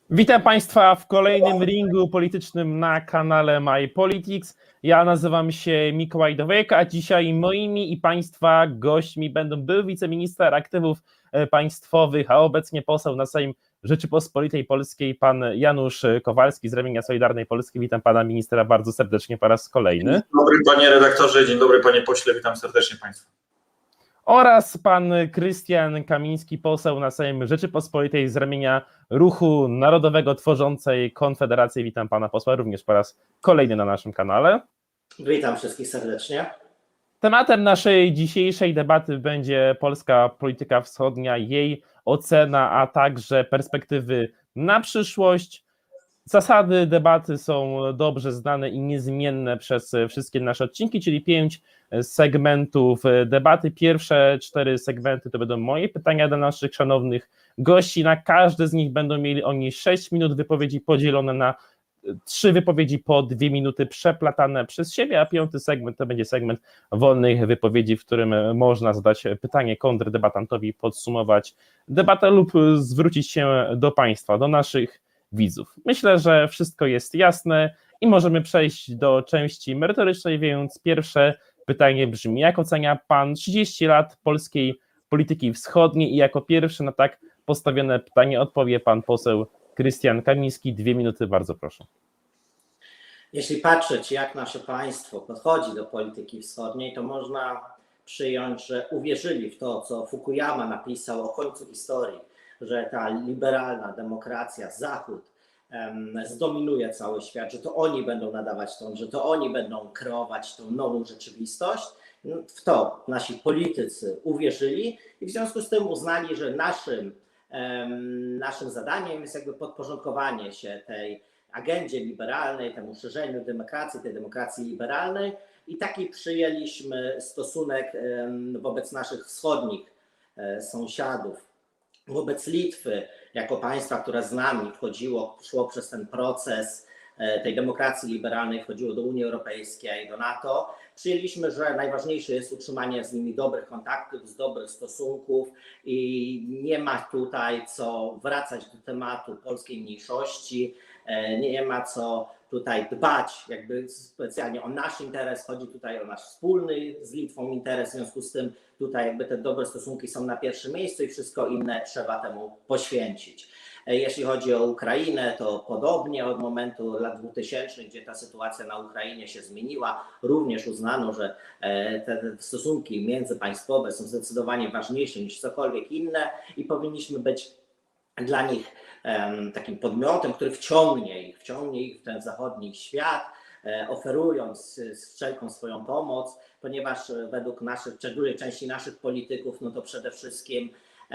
Witam Państwa w kolejnym ringu politycznym na kanale MyPolitics. Ja nazywam się Mikołaj Dowejek, a dzisiaj moimi i Państwa gośćmi będą były wiceminister aktywów państwowych, a obecnie poseł na Sejm Rzeczypospolitej Polskiej, pan Janusz Kowalski z ramienia Solidarnej Polski. Witam pana ministra bardzo serdecznie po raz kolejny. Dzień dobry panie redaktorze, dzień dobry panie pośle, witam serdecznie Państwa. Oraz pan Krystian Kamiński, poseł na Sejm Rzeczypospolitej z ramienia Ruchu Narodowego tworzącej Konfederację. Witam pana posła również po raz kolejny na naszym kanale. Witam wszystkich serdecznie. Tematem naszej dzisiejszej debaty będzie polska polityka wschodnia, jej ocena, a także perspektywy na przyszłość. Zasady debaty są dobrze znane i niezmienne przez wszystkie nasze odcinki, czyli 5 segmentów debaty. Pierwsze 4 segmenty to będą moje pytania dla naszych szanownych gości. Na każde z nich będą mieli oni 6 minut wypowiedzi podzielone na 3 wypowiedzi po 2 minuty przeplatane przez siebie, a 5. segment to będzie segment wolnych wypowiedzi, w którym można zadać pytanie kontrdebatantowi, podsumować debatę lub zwrócić się do Państwa, do naszych widzów. Myślę, że wszystko jest jasne i możemy przejść do części merytorycznej, więc pierwsze pytanie brzmi: jak ocenia pan 30 lat polskiej polityki wschodniej? I jako pierwszy na tak postawione pytanie odpowie pan poseł Krystian Kamiński. 2 minuty, bardzo proszę. Jeśli patrzeć, jak nasze państwo podchodzi do polityki wschodniej, to można przyjąć, że uwierzyli w to, co Fukuyama napisał o końcu historii, że ta liberalna demokracja, Zachód zdominuje cały świat, że to oni będą nadawać ton, że to oni będą kreować tą nową rzeczywistość. W to nasi politycy uwierzyli i w związku z tym uznali, że naszym zadaniem jest jakby podporządkowanie się tej agendzie liberalnej, temu szerzeniu demokracji, tej demokracji liberalnej, i taki przyjęliśmy stosunek wobec naszych wschodnich sąsiadów. Wobec Litwy, jako państwa, które z nami szło przez ten proces tej demokracji liberalnej, wchodziło do Unii Europejskiej, do NATO, przyjęliśmy, że najważniejsze jest utrzymanie z nimi dobrych kontaktów, z dobrych stosunków i nie ma tutaj co wracać do tematu polskiej mniejszości, nie ma co tutaj dbać jakby specjalnie o nasz interes, chodzi tutaj o nasz wspólny z Litwą interes, w związku z tym tutaj jakby te dobre stosunki są na pierwszym miejscu i wszystko inne trzeba temu poświęcić. Jeśli chodzi o Ukrainę, to podobnie od momentu lat 2000, gdzie ta sytuacja na Ukrainie się zmieniła, również uznano, że te stosunki międzypaństwowe są zdecydowanie ważniejsze niż cokolwiek inne i powinniśmy być dla nich takim podmiotem, który wciągnie ich w ten zachodni świat, oferując wszelką swoją pomoc, ponieważ według dużej części naszych polityków, no to przede wszystkim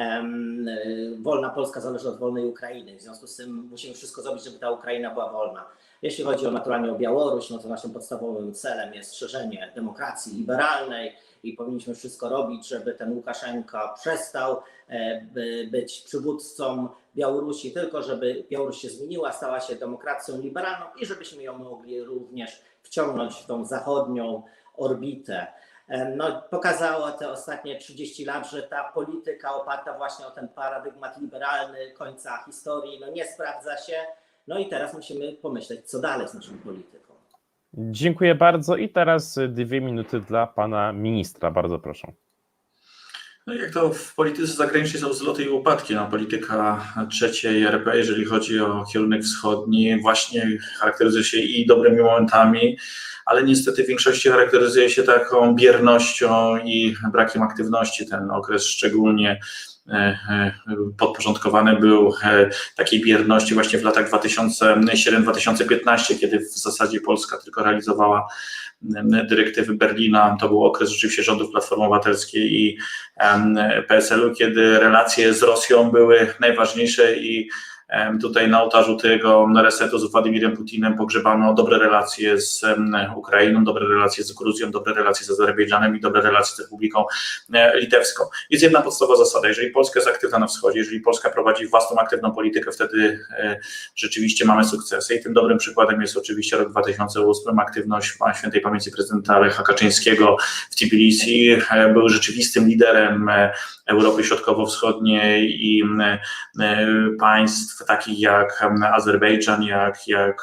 wolna Polska zależy od wolnej Ukrainy. W związku z tym musimy wszystko zrobić, żeby ta Ukraina była wolna. Jeśli chodzi naturalnie o Białoruś, no to naszym podstawowym celem jest szerzenie demokracji liberalnej i powinniśmy wszystko robić, żeby ten Łukaszenka przestał być przywódcą Białorusi, tylko żeby Białoruś się zmieniła, stała się demokracją liberalną i żebyśmy ją mogli również wciągnąć w tą zachodnią orbitę. No, pokazało te ostatnie 30 lat, że ta polityka oparta właśnie o ten paradygmat liberalny końca historii nie sprawdza się. No i teraz musimy pomyśleć, co dalej z naszą polityką. Dziękuję bardzo i teraz 2 minuty dla pana ministra, bardzo proszę. No jak to w polityce zagranicznej są wzloty i upadki, polityka trzeciej RP, jeżeli chodzi o kierunek wschodni, właśnie charakteryzuje się i dobrymi momentami, ale niestety w większości charakteryzuje się taką biernością i brakiem aktywności. Ten okres szczególnie podporządkowany był takiej bierności właśnie w latach 2007-2015, kiedy w zasadzie Polska tylko realizowała dyrektywy Berlina. To był okres rzeczywiście rządów Platformy Obywatelskiej i PSL-u, kiedy relacje z Rosją były najważniejsze i tutaj na ołtarzu tego resetu z Władimirem Putinem pogrzebano dobre relacje z Ukrainą, dobre relacje z Gruzją, dobre relacje z Azerbejdżanem i dobre relacje z Republiką Litewską. Jest jedna podstawowa zasada: jeżeli Polska jest aktywna na wschodzie, jeżeli Polska prowadzi własną aktywną politykę, wtedy rzeczywiście mamy sukcesy i tym dobrym przykładem jest oczywiście rok 2008, aktywność świętej pamięci prezydenta Lecha Kaczyńskiego w Tbilisi. Był rzeczywistym liderem Europy Środkowo-Wschodniej i państw państw takich jak Azerbejdżan, jak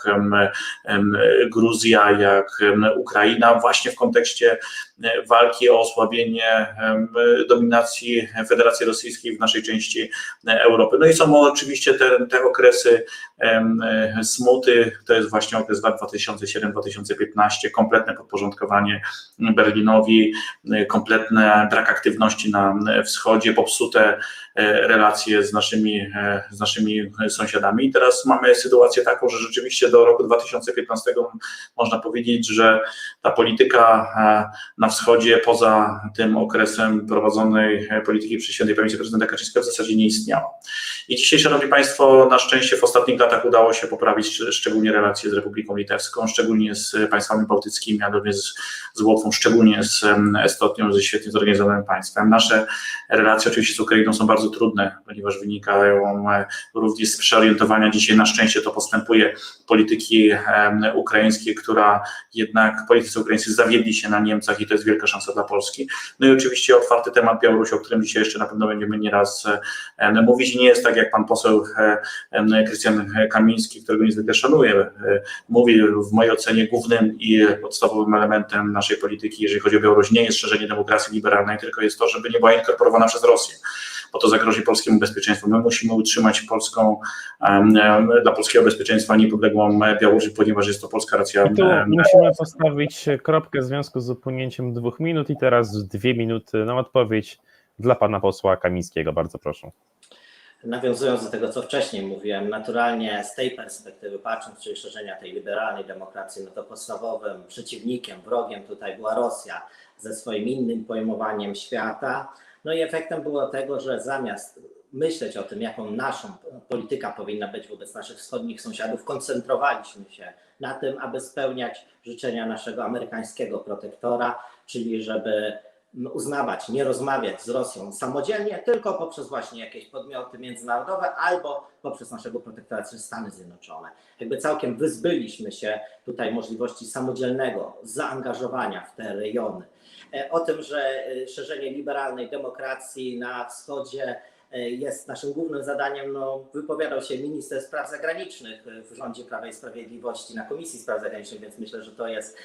Gruzja, jak Ukraina, właśnie w kontekście walki o osłabienie dominacji Federacji Rosyjskiej w naszej części Europy. No i są oczywiście te okresy smuty, to jest właśnie okres lat 2007-2015, kompletne podporządkowanie Berlinowi, kompletny brak aktywności na wschodzie, popsute relacje z naszymi sąsiadami. I teraz mamy sytuację taką, że rzeczywiście do roku 2015 można powiedzieć, że ta polityka na wschodzie, poza tym okresem prowadzonej polityki przy świętej pamięci prezydenta Kaczyńskiego, w zasadzie nie istniała. I dzisiaj, szanowni państwo, na szczęście w ostatnich latach udało się poprawić szczególnie relacje z Republiką Litewską, szczególnie z państwami bałtyckimi, a również z Łotwą, szczególnie z Estonią, ze świetnie zorganizowanym państwem. Nasze relacje oczywiście z Ukrainą są bardzo trudne, ponieważ wynikają również z przeorientowania. Dzisiaj na szczęście to postępuje polityki ukraińskiej, która jednak politycy ukraińscy zawiedli się na Niemcach i to jest wielka szansa dla Polski. No i oczywiście otwarty temat Białorusi, o którym dzisiaj jeszcze na pewno będziemy nieraz mówić. Nie jest tak, jak pan poseł Krystian Kamiński, którego niezwykle szanuję, mówi, w mojej ocenie głównym i podstawowym elementem naszej polityki, jeżeli chodzi o Białoruś, nie jest szerzenie demokracji liberalnej, tylko jest to, żeby nie była inkorporowana przez Rosję, bo to zagrozi polskiemu bezpieczeństwu. My musimy utrzymać dla polskiego bezpieczeństwa niepodległą Białoruś, ponieważ jest to polska racja. I tu musimy postawić kropkę w związku z upłynięciem 2 minut i teraz 2 minuty na odpowiedź dla pana posła Kamińskiego. Bardzo proszę. Nawiązując do tego, co wcześniej mówiłem, naturalnie z tej perspektywy, patrząc, czyli szerzenia tej liberalnej demokracji, no to podstawowym przeciwnikiem, wrogiem tutaj była Rosja ze swoim innym pojmowaniem świata. No i efektem było tego, że zamiast myśleć o tym, jaką naszą polityka powinna być wobec naszych wschodnich sąsiadów, koncentrowaliśmy się na tym, aby spełniać życzenia naszego amerykańskiego protektora, czyli żeby uznawać, nie rozmawiać z Rosją samodzielnie, tylko poprzez właśnie jakieś podmioty międzynarodowe albo poprzez naszego protektora, czyli Stany Zjednoczone. Jakby całkiem wyzbyliśmy się tutaj możliwości samodzielnego zaangażowania w te rejony. O tym, że szerzenie liberalnej demokracji na wschodzie jest naszym głównym zadaniem, wypowiadał się minister spraw zagranicznych w rządzie Prawa i Sprawiedliwości na Komisji Spraw Zagranicznych, więc myślę, że to jest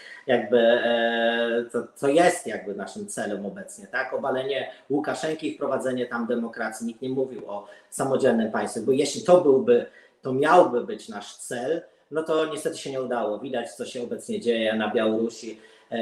jakby naszym celem obecnie, tak? Obalenie Łukaszenki i wprowadzenie tam demokracji. Nikt nie mówił o samodzielnym państwie, bo jeśli to miałby być nasz cel, no to niestety się nie udało. Widać, co się obecnie dzieje na Białorusi,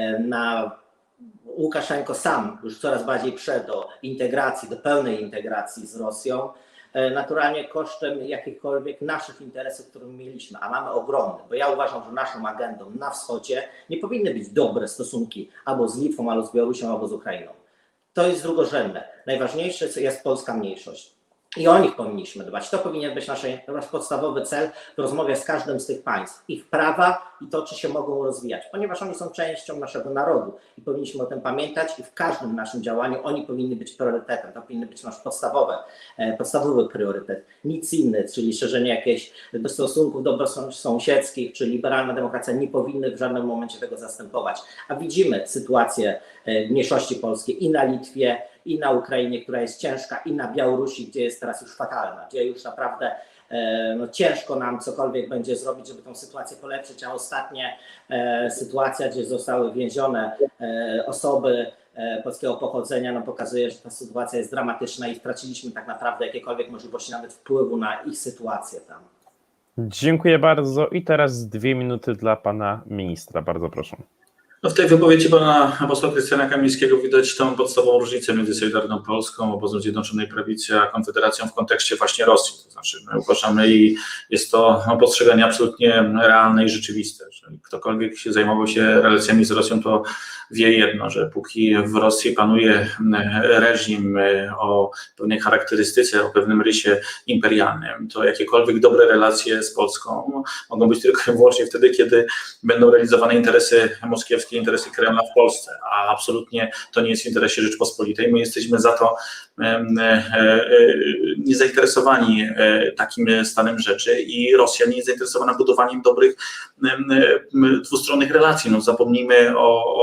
Łukaszenko sam już coraz bardziej przed do integracji, do pełnej integracji z Rosją, naturalnie kosztem jakichkolwiek naszych interesów, które mieliśmy, a mamy ogromne, bo ja uważam, że naszą agendą na wschodzie nie powinny być dobre stosunki albo z Litwą, albo z Białorusią, albo z Ukrainą. To jest drugorzędne. Najważniejsze jest polska mniejszość. I o nich powinniśmy dbać. To powinien być nasz podstawowy cel w rozmowie z każdym z tych państw. Ich prawa i to, czy się mogą rozwijać, ponieważ oni są częścią naszego narodu i powinniśmy o tym pamiętać i w każdym naszym działaniu oni powinni być priorytetem. To powinien być nasz podstawowy priorytet. Nic inny, czyli szerzenie jakichś stosunków dobrosąsiedzkich, czy liberalna demokracja nie powinny w żadnym momencie tego zastępować. A widzimy sytuację mniejszości polskiej i na Litwie, i na Ukrainie, która jest ciężka, i na Białorusi, gdzie jest teraz już fatalna, gdzie już naprawdę ciężko nam cokolwiek będzie zrobić, żeby tą sytuację polepszyć, a ostatnia sytuacja, gdzie zostały więzione osoby polskiego pochodzenia, pokazuje, że ta sytuacja jest dramatyczna i straciliśmy tak naprawdę jakiekolwiek możliwości nawet wpływu na ich sytuację tam. Dziękuję bardzo i teraz 2 minuty dla pana ministra, bardzo proszę. No w tej wypowiedzi pana posła Krystiana Kamińskiego widać tą podstawową różnicę między Solidarną Polską, Obozem Zjednoczonej Prawicy, a Konfederacją w kontekście właśnie Rosji. To znaczy my uważamy i jest to postrzeganie absolutnie realne i rzeczywiste. Że ktokolwiek się zajmował się relacjami z Rosją, to wie jedno, że póki w Rosji panuje reżim o pewnej charakterystyce, o pewnym rysie imperialnym, to jakiekolwiek dobre relacje z Polską mogą być tylko i wyłącznie wtedy, kiedy będą realizowane interesy moskiewskie, interesy Kremla w Polsce, a absolutnie to nie jest w interesie Rzeczpospolitej. My jesteśmy za to, niezainteresowani takim stanem rzeczy i Rosja nie jest zainteresowana budowaniem dobrych dwustronnych relacji. No, zapomnijmy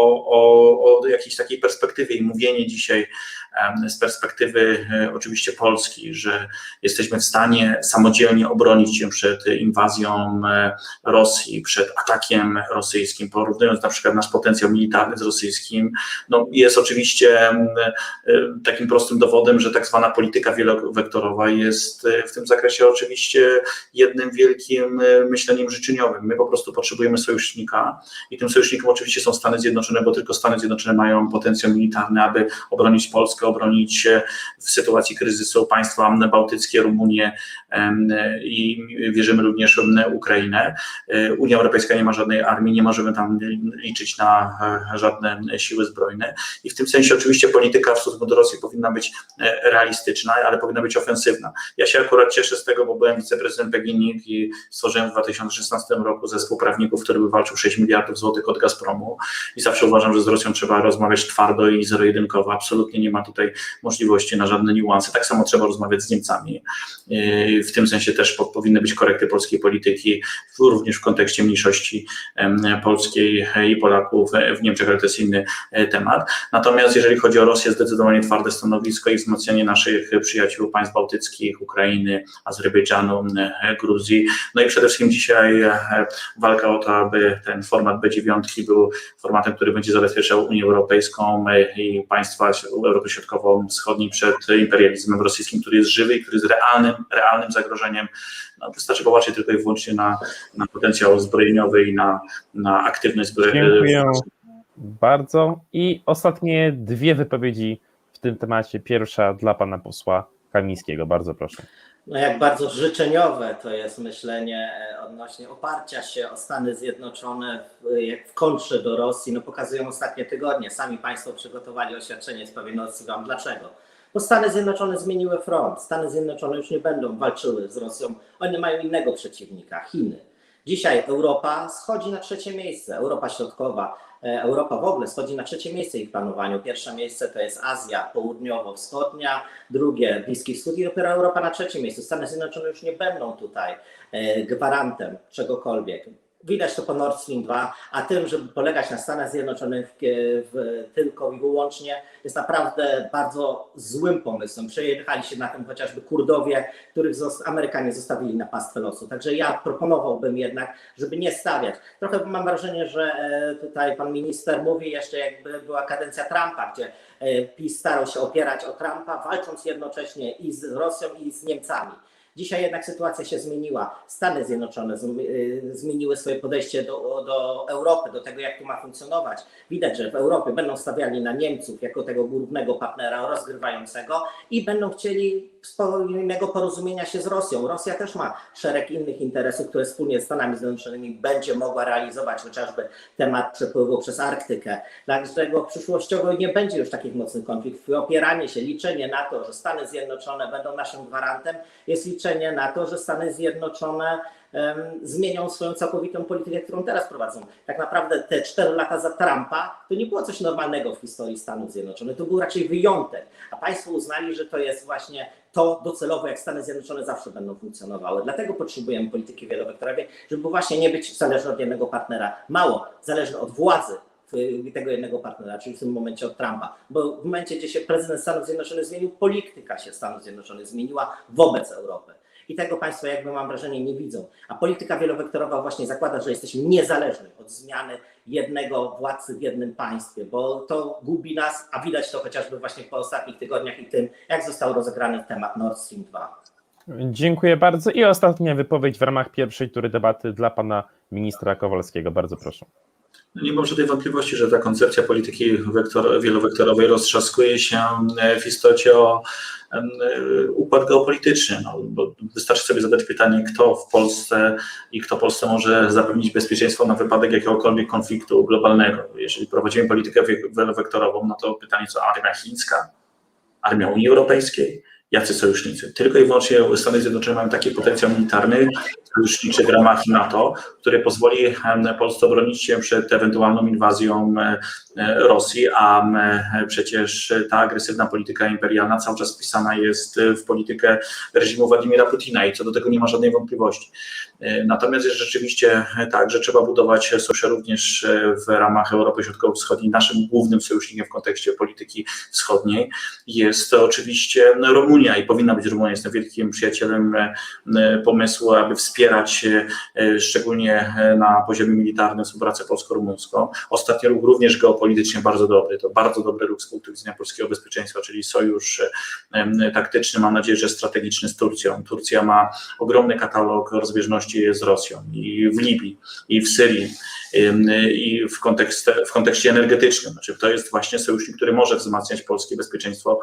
o jakiejś takiej perspektywie i mówienie dzisiaj z perspektywy oczywiście Polski, że jesteśmy w stanie samodzielnie obronić się przed inwazją Rosji, przed atakiem rosyjskim, porównując na przykład nasz potencjał militarny z rosyjskim, no jest oczywiście takim prostym dowodem, że tak zwana polityka wielowektorowa jest w tym zakresie oczywiście jednym wielkim myśleniem życzeniowym. My po prostu potrzebujemy sojusznika i tym sojusznikiem oczywiście są Stany Zjednoczone, bo tylko Stany Zjednoczone mają potencjał militarny, aby obronić Polskę, obronić w sytuacji kryzysu państwa bałtyckie, Rumunię i wierzymy również Ukrainę. Unia Europejska nie ma żadnej armii, nie możemy tam liczyć na żadne siły zbrojne i w tym sensie oczywiście polityka w stosunku do Rosji powinna być realistyczna, ale powinna być ofensywna. Ja się akurat cieszę z tego, bo byłem wiceprezydent PGNiG i stworzyłem w 2016 roku zespół prawników, który wywalczył 6 miliardów złotych od Gazpromu i zawsze uważam, że z Rosją trzeba rozmawiać twardo i zero-jedynkowo. Absolutnie nie ma tutaj możliwości na żadne niuanse. Tak samo trzeba rozmawiać z Niemcami. W tym sensie też powinny być korekty polskiej polityki, również w kontekście mniejszości polskiej i Polaków w Niemczech, ale to jest inny temat. Natomiast jeżeli chodzi o Rosję, zdecydowanie twarde stanowisko i wzmocnienie naszych przyjaciół państw bałtyckich, Ukrainy, Azerbejdżanu, Gruzji. No i przede wszystkim dzisiaj walka o to, aby ten format B9 był formatem, który będzie zabezpieczał Unię Europejską i państwa Europy Środkowo-Wschodniej przed imperializmem rosyjskim, który jest żywy i który jest realnym zagrożeniem. No, wystarczy popatrzeć tylko i wyłącznie na potencjał zbrojeniowy i na aktywność zbrojeniową. Dziękuję bardzo. I ostatnie dwie wypowiedzi w tym temacie. Pierwsza dla pana posła Kamińskiego. Bardzo proszę. No jak bardzo życzeniowe to jest myślenie odnośnie oparcia się o Stany Zjednoczone jak w kontrze do Rosji, no pokazują ostatnie tygodnie. Sami państwo przygotowali oświadczenie w sprawie Nord Stream. Dlaczego? Bo Stany Zjednoczone zmieniły front. Stany Zjednoczone już nie będą walczyły z Rosją. One mają innego przeciwnika, Chiny. Dzisiaj Europa schodzi na trzecie miejsce. Europa Środkowa, Europa w ogóle schodzi na trzecie miejsce w ich planowaniu. Pierwsze miejsce to jest Azja Południowo-Wschodnia, drugie Bliski Wschód i dopiero Europa na trzecim miejscu. Stany Zjednoczone już nie będą tutaj gwarantem czegokolwiek. Widać to po Nord Stream 2, a tym, żeby polegać na Stanach Zjednoczonych tylko i wyłącznie, jest naprawdę bardzo złym pomysłem. Przejechali się na tym chociażby Kurdowie, których Amerykanie zostawili na pastwę losu. Także ja proponowałbym jednak, żeby nie stawiać. Trochę mam wrażenie, że tutaj pan minister mówi jeszcze, jakby była kadencja Trumpa, gdzie PiS starał się opierać o Trumpa, walcząc jednocześnie i z Rosją, i z Niemcami. Dzisiaj jednak sytuacja się zmieniła. Stany Zjednoczone zmieniły swoje podejście do Europy, do tego, jak tu ma funkcjonować. Widać, że w Europie będą stawiali na Niemców jako tego głównego partnera rozgrywającego i będą chcieli spokojnego porozumienia się z Rosją. Rosja też ma szereg innych interesów, które wspólnie z Stanami Zjednoczonymi będzie mogła realizować, chociażby temat przepływu przez Arktykę. Dlatego przyszłościowo nie będzie już takich mocnych konfliktów. Opieranie się, liczenie na to, że Stany Zjednoczone będą naszym gwarantem, jest liczenie na to, że Stany Zjednoczone zmienią swoją całkowitą politykę, którą teraz prowadzą. Tak naprawdę te 4 lata za Trumpa to nie było coś normalnego w historii Stanów Zjednoczonych, to był raczej wyjątek, a państwo uznali, że to jest właśnie to docelowo, jak Stany Zjednoczone zawsze będą funkcjonowały. Dlatego potrzebujemy polityki wielowektorowej, żeby właśnie nie być zależny od jednego partnera. Mało, zależny od władzy tego jednego partnera, czyli w tym momencie od Trumpa. Bo w momencie, gdzie się prezydent Stanów Zjednoczonych zmienił, polityka się Stanów Zjednoczonych zmieniła wobec Europy. I tego państwo, jakby mam wrażenie, nie widzą. A polityka wielowektorowa właśnie zakłada, że jesteśmy niezależni od zmiany jednego władcy w jednym państwie, bo to gubi nas, a widać to chociażby właśnie po ostatnich tygodniach i tym, jak został rozegrany temat Nord Stream 2. Dziękuję bardzo. I ostatnia wypowiedź w ramach pierwszej tury debaty dla pana ministra Kowalskiego. Bardzo proszę. Nie mam żadnej wątpliwości, że ta koncepcja polityki wielowektorowej roztrzaskuje się w istocie o układ geopolityczny. No, bo wystarczy sobie zadać pytanie, kto w Polsce i kto Polsce może zapewnić bezpieczeństwo na wypadek jakiegokolwiek konfliktu globalnego. Jeżeli prowadzimy politykę wielowektorową, no to pytanie, co armia chińska, armia Unii Europejskiej, jacy sojusznicy? Tylko i wyłącznie Stany Zjednoczone mają taki potencjał militarny, sojuszniczy w ramach NATO, który pozwoli Polsce obronić się przed ewentualną inwazją Rosji, a przecież ta agresywna polityka imperialna cały czas wpisana jest w politykę reżimu Władimira Putina i co do tego nie ma żadnej wątpliwości. Natomiast jest rzeczywiście tak, że trzeba budować sojusze również w ramach Europy Środkowo-Wschodniej. Naszym głównym sojusznikiem w kontekście polityki wschodniej jest oczywiście Rumunia i powinna być Rumunia. Jestem wielkim przyjacielem pomysłu, aby wspierać szczególnie na poziomie militarnym współpracę polsko-rumuńską. Ostatni ruch również geopolitycznie bardzo dobry. To bardzo dobry ruch z punktu widzenia polskiego bezpieczeństwa, czyli sojusz taktyczny, mam nadzieję, że strategiczny z Turcją. Turcja ma ogromny katalog rozbieżności z Rosją i w Libii, i w Syrii, i w kontekście energetycznym. Znaczy, to jest właśnie sojusznik, który może wzmacniać polskie bezpieczeństwo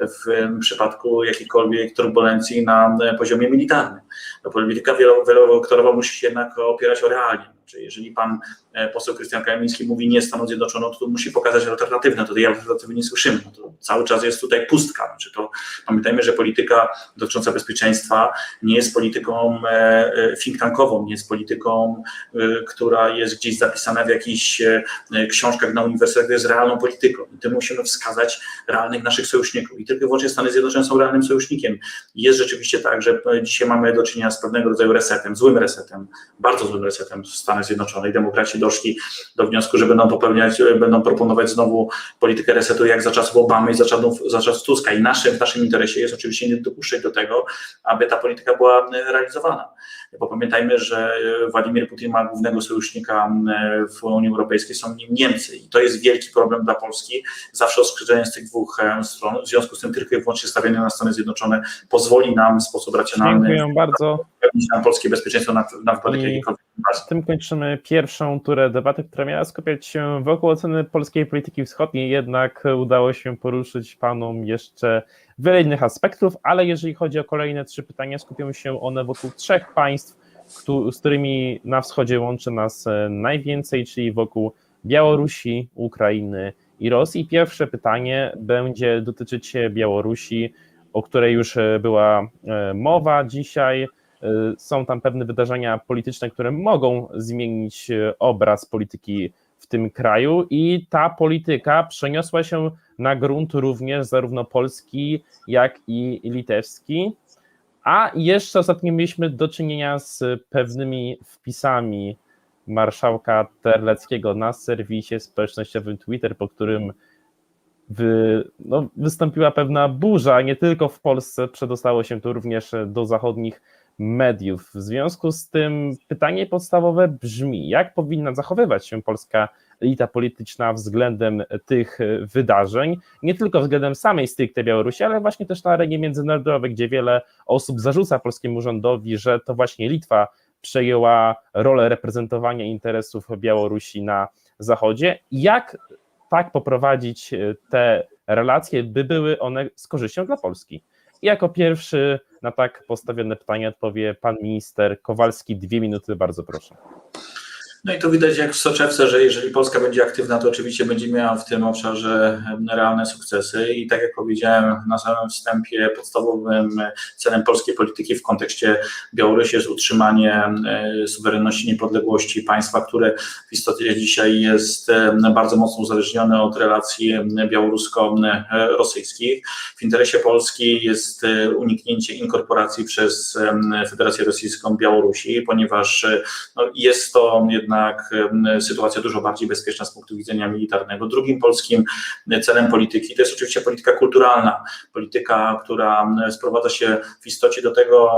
w przypadku jakiejkolwiek turbulencji na poziomie militarnym. Polityka wielowektorowa musi się jednak opierać o realia. Czyli jeżeli pan poseł Krystian Kamiński mówi nie Stanom Zjednoczonym, to musi pokazać alternatywę, to tej alternatywy nie słyszymy. No to cały czas jest tutaj pustka. Znaczy to pamiętajmy, że polityka dotycząca bezpieczeństwa nie jest polityką think tankową, nie jest polityką, która jest gdzieś zapisana w jakichś książkach na uniwersytetach, to jest realną polityką. I tym musimy wskazać realnych naszych sojuszników. I tylko i wyłącznie Stany Zjednoczone są realnym sojusznikiem. Jest rzeczywiście tak, że dzisiaj mamy do czynienia z pewnego rodzaju resetem, złym resetem, bardzo złym resetem w Stanach Zjednoczonych. Demokraci doszli do wniosku, że będą proponować znowu politykę resetu jak za czasów Obamy i za czasów Tuska. I w naszym interesie jest oczywiście nie dopuszczać do tego, aby ta polityka była realizowana. Bo pamiętajmy, że Władimir Putin ma głównego sojusznika w Unii Europejskiej, są nim Niemcy. I to jest wielki problem dla Polski. Zawsze oskarżenie z tych dwóch stron. W związku z tym tylko i wyłącznie stawianie na Stany Zjednoczone pozwoli nam w sposób racjonalny zapewnić nam polskie bezpieczeństwo na wypadek jakiejkolwiek inwazji. Tym kończymy pierwszą turę debaty, która miała skupiać się wokół oceny polskiej polityki wschodniej, jednak udało się poruszyć panom jeszcze wiele innych aspektów, ale jeżeli chodzi o kolejne 3 pytania, skupią się one wokół 3 państw, z którymi na wschodzie łączy nas najwięcej, czyli wokół Białorusi, Ukrainy i Rosji. Pierwsze pytanie będzie dotyczyć Białorusi, o której już była mowa dzisiaj. Są tam pewne wydarzenia polityczne, które mogą zmienić obraz polityki w tym kraju i ta polityka przeniosła się na grunt również zarówno polski, jak i litewski. A jeszcze ostatnio mieliśmy do czynienia z pewnymi wpisami marszałka Terleckiego na serwisie społecznościowym Twitter, po którym wystąpiła pewna burza, nie tylko w Polsce, przedostało się to również do zachodnich mediów. W związku z tym pytanie podstawowe brzmi, jak powinna zachowywać się polska elita polityczna względem tych wydarzeń, nie tylko względem samej stricte Białorusi, ale właśnie też na arenie międzynarodowej, gdzie wiele osób zarzuca polskiemu rządowi, że to właśnie Litwa przejęła rolę reprezentowania interesów Białorusi na Zachodzie. Jak tak poprowadzić te relacje, by były one z korzyścią dla Polski? I jako pierwszy na tak postawione pytanie odpowie pan minister Kowalski. 2 minuty, bardzo proszę. No i to widać jak w soczewce, że jeżeli Polska będzie aktywna, to oczywiście będzie miała w tym obszarze realne sukcesy i tak jak powiedziałem na samym wstępie, podstawowym celem polskiej polityki w kontekście Białorusi jest utrzymanie suwerenności, niepodległości państwa, które w istocie dzisiaj jest bardzo mocno uzależnione od relacji białorusko-rosyjskich. W interesie Polski jest uniknięcie inkorporacji przez Federację Rosyjską Białorusi, ponieważ jest to jednak sytuacja dużo bardziej bezpieczna z punktu widzenia militarnego. Drugim polskim celem polityki to jest oczywiście polityka kulturalna, polityka, która sprowadza się w istocie do tego,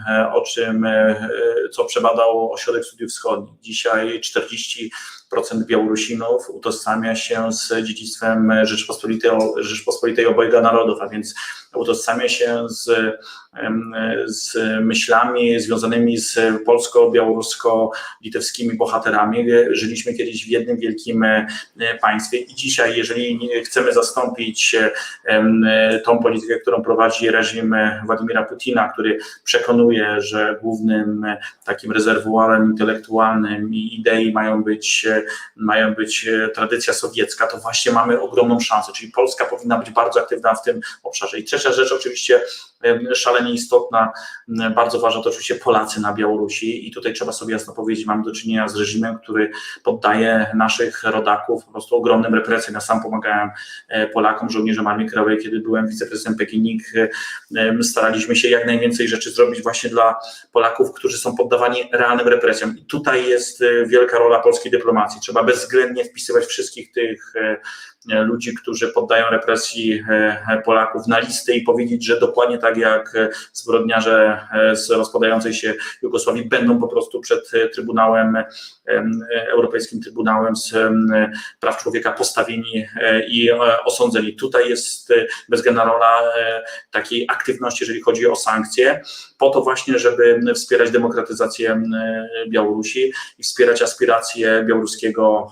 co przebadał Ośrodek Studiów Wschodnich. Dzisiaj 40% Białorusinów utożsamia się z dziedzictwem Rzeczpospolitej obojga narodów, a więc utożsamia się z myślami związanymi z polsko-białorusko-litewskimi bohaterami. Żyliśmy kiedyś w jednym wielkim państwie i dzisiaj, jeżeli chcemy zastąpić tą politykę, którą prowadzi reżim Władimira Putina, który przekonuje, że głównym takim rezerwuarem intelektualnym i idei mają być mają być tradycja sowiecka, to właśnie mamy ogromną szansę, czyli Polska powinna być bardzo aktywna w tym obszarze. I trzecia rzecz oczywiście szalenie istotna, bardzo ważna, to oczywiście Polacy na Białorusi i tutaj trzeba sobie jasno powiedzieć, mamy do czynienia z reżimem, który poddaje naszych rodaków po prostu ogromnym represjom. Ja sam pomagałem Polakom, żołnierzom Armii Krajowej, kiedy byłem wiceprezydentem PGNiG, staraliśmy się jak najwięcej rzeczy zrobić właśnie dla Polaków, którzy są poddawani realnym represjom. I tutaj jest wielka rola polskiej dyplomacji. Trzeba bezwzględnie wpisywać wszystkich tych ludzi, którzy poddają represji Polaków na listy i powiedzieć, że dokładnie tak jak zbrodniarze z rozpadającej się Jugosławii będą po prostu przed Trybunałem, Europejskim Trybunałem z Praw Człowieka postawieni i osądzeni. Tutaj jest bezwzględna rola takiej aktywności, jeżeli chodzi o sankcje, po to właśnie, żeby wspierać demokratyzację Białorusi i wspierać aspiracje białoruskiego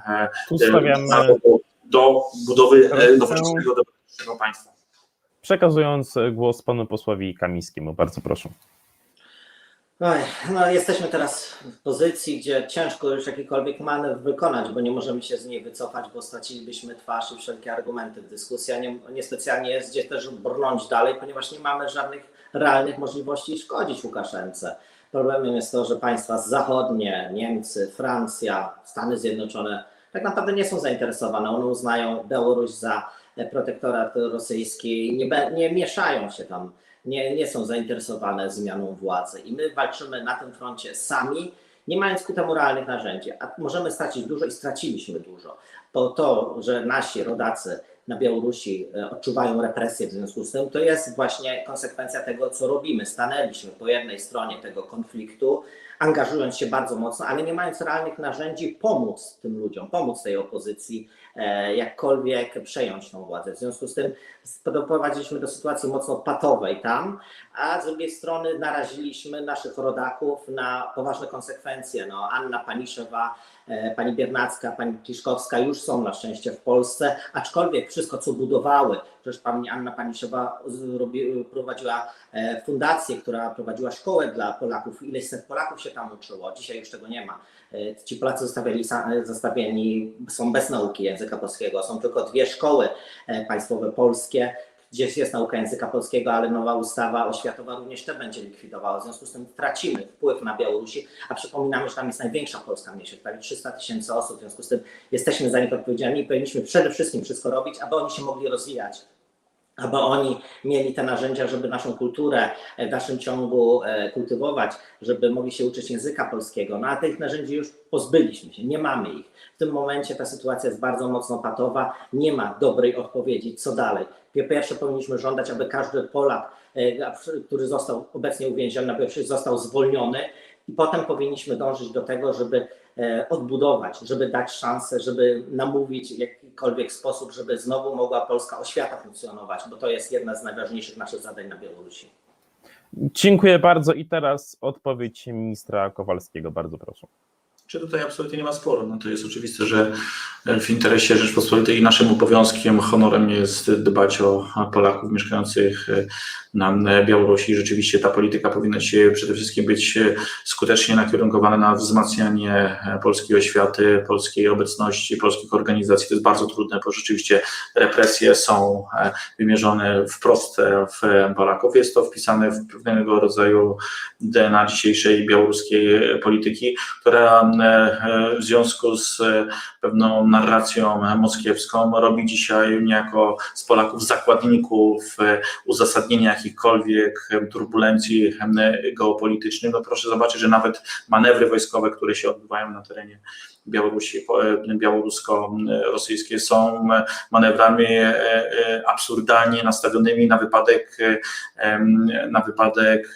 do budowy nowoczesnego, demokratycznego państwa. Przekazując głos panu posłowi Kamińskiemu, bardzo proszę. No, jesteśmy teraz w pozycji, gdzie ciężko już jakikolwiek manewr wykonać, bo nie możemy się z niej wycofać, bo stracilibyśmy twarz i wszelkie argumenty w dyskusji, a niespecjalnie jest gdzie też brnąć dalej, ponieważ nie mamy żadnych realnych możliwości szkodzić Łukaszence. Problemem jest to, że państwa zachodnie, Niemcy, Francja, Stany Zjednoczone tak naprawdę nie są zainteresowane. One uznają Białoruś za protektorat rosyjski, nie mieszają się tam, nie są zainteresowane zmianą władzy. I my walczymy na tym froncie sami, nie mając ku temu realnych narzędzi. A możemy stracić dużo i straciliśmy dużo. Po to, że nasi rodacy na Białorusi odczuwają represję w związku z tym, to jest właśnie konsekwencja tego, co robimy. Stanęliśmy po jednej stronie tego konfliktu, angażując się bardzo mocno, ale nie mając realnych narzędzi pomóc tym ludziom, pomóc tej opozycji jakkolwiek przejąć tą władzę. W związku z tym doprowadziliśmy do sytuacji mocno patowej tam, a z drugiej strony naraziliśmy naszych rodaków na poważne konsekwencje. No, Anna Paniszewa, pani Biernacka, pani Tiszkowska już są na szczęście w Polsce, aczkolwiek wszystko, co budowały, przecież pani Anna Paniszewa prowadziła fundację, która prowadziła szkołę dla Polaków, ileś set Polaków się tam uczyło, dzisiaj już tego nie ma. Ci Polacy zostawieni są bez nauki języka polskiego, są tylko 2 szkoły państwowe polskie, gdzie jest nauka języka polskiego, ale nowa ustawa oświatowa również te będzie likwidowała. W związku z tym tracimy wpływ na Białorusi, a przypominamy, że tam jest największa polska mniejszość, prawie 300 000 osób. W związku z tym jesteśmy za nich odpowiedzialni i powinniśmy przede wszystkim wszystko robić, aby oni się mogli rozwijać, aby oni mieli te narzędzia, żeby naszą kulturę w dalszym ciągu kultywować, żeby mogli się uczyć języka polskiego. No a tych narzędzi już pozbyliśmy się, nie mamy ich. W tym momencie ta sytuacja jest bardzo mocno patowa, nie ma dobrej odpowiedzi, co dalej. Po pierwsze powinniśmy żądać, aby każdy Polak, który został obecnie uwięziony na Białorusi, został zwolniony i potem powinniśmy dążyć do tego, żeby odbudować, żeby dać szansę, żeby namówić w jakikolwiek sposób, żeby znowu mogła polska oświata funkcjonować, bo to jest jedna z najważniejszych naszych zadań na Białorusi. Dziękuję bardzo i teraz odpowiedź ministra Kowalskiego, bardzo proszę. Czy tutaj absolutnie nie ma sporu? No to jest oczywiste, że w interesie Rzeczpospolitej i naszym obowiązkiem, honorem jest dbać o Polaków mieszkających na Białorusi. Rzeczywiście ta polityka powinna się przede wszystkim być skutecznie nakierunkowana na wzmacnianie polskiej oświaty, polskiej obecności, polskich organizacji. To jest bardzo trudne, bo rzeczywiście represje są wymierzone wprost w Polaków. Jest to wpisane w pewnego rodzaju DNA dzisiejszej białoruskiej polityki, która w związku z pewną narracją moskiewską robi dzisiaj niejako z Polaków zakładników uzasadnienia jakichkolwiek turbulencji geopolitycznych. No proszę zobaczyć, że nawet manewry wojskowe, które się odbywają na terenie Białorusi, białorusko-rosyjskie są manewrami absurdalnie nastawionymi na wypadek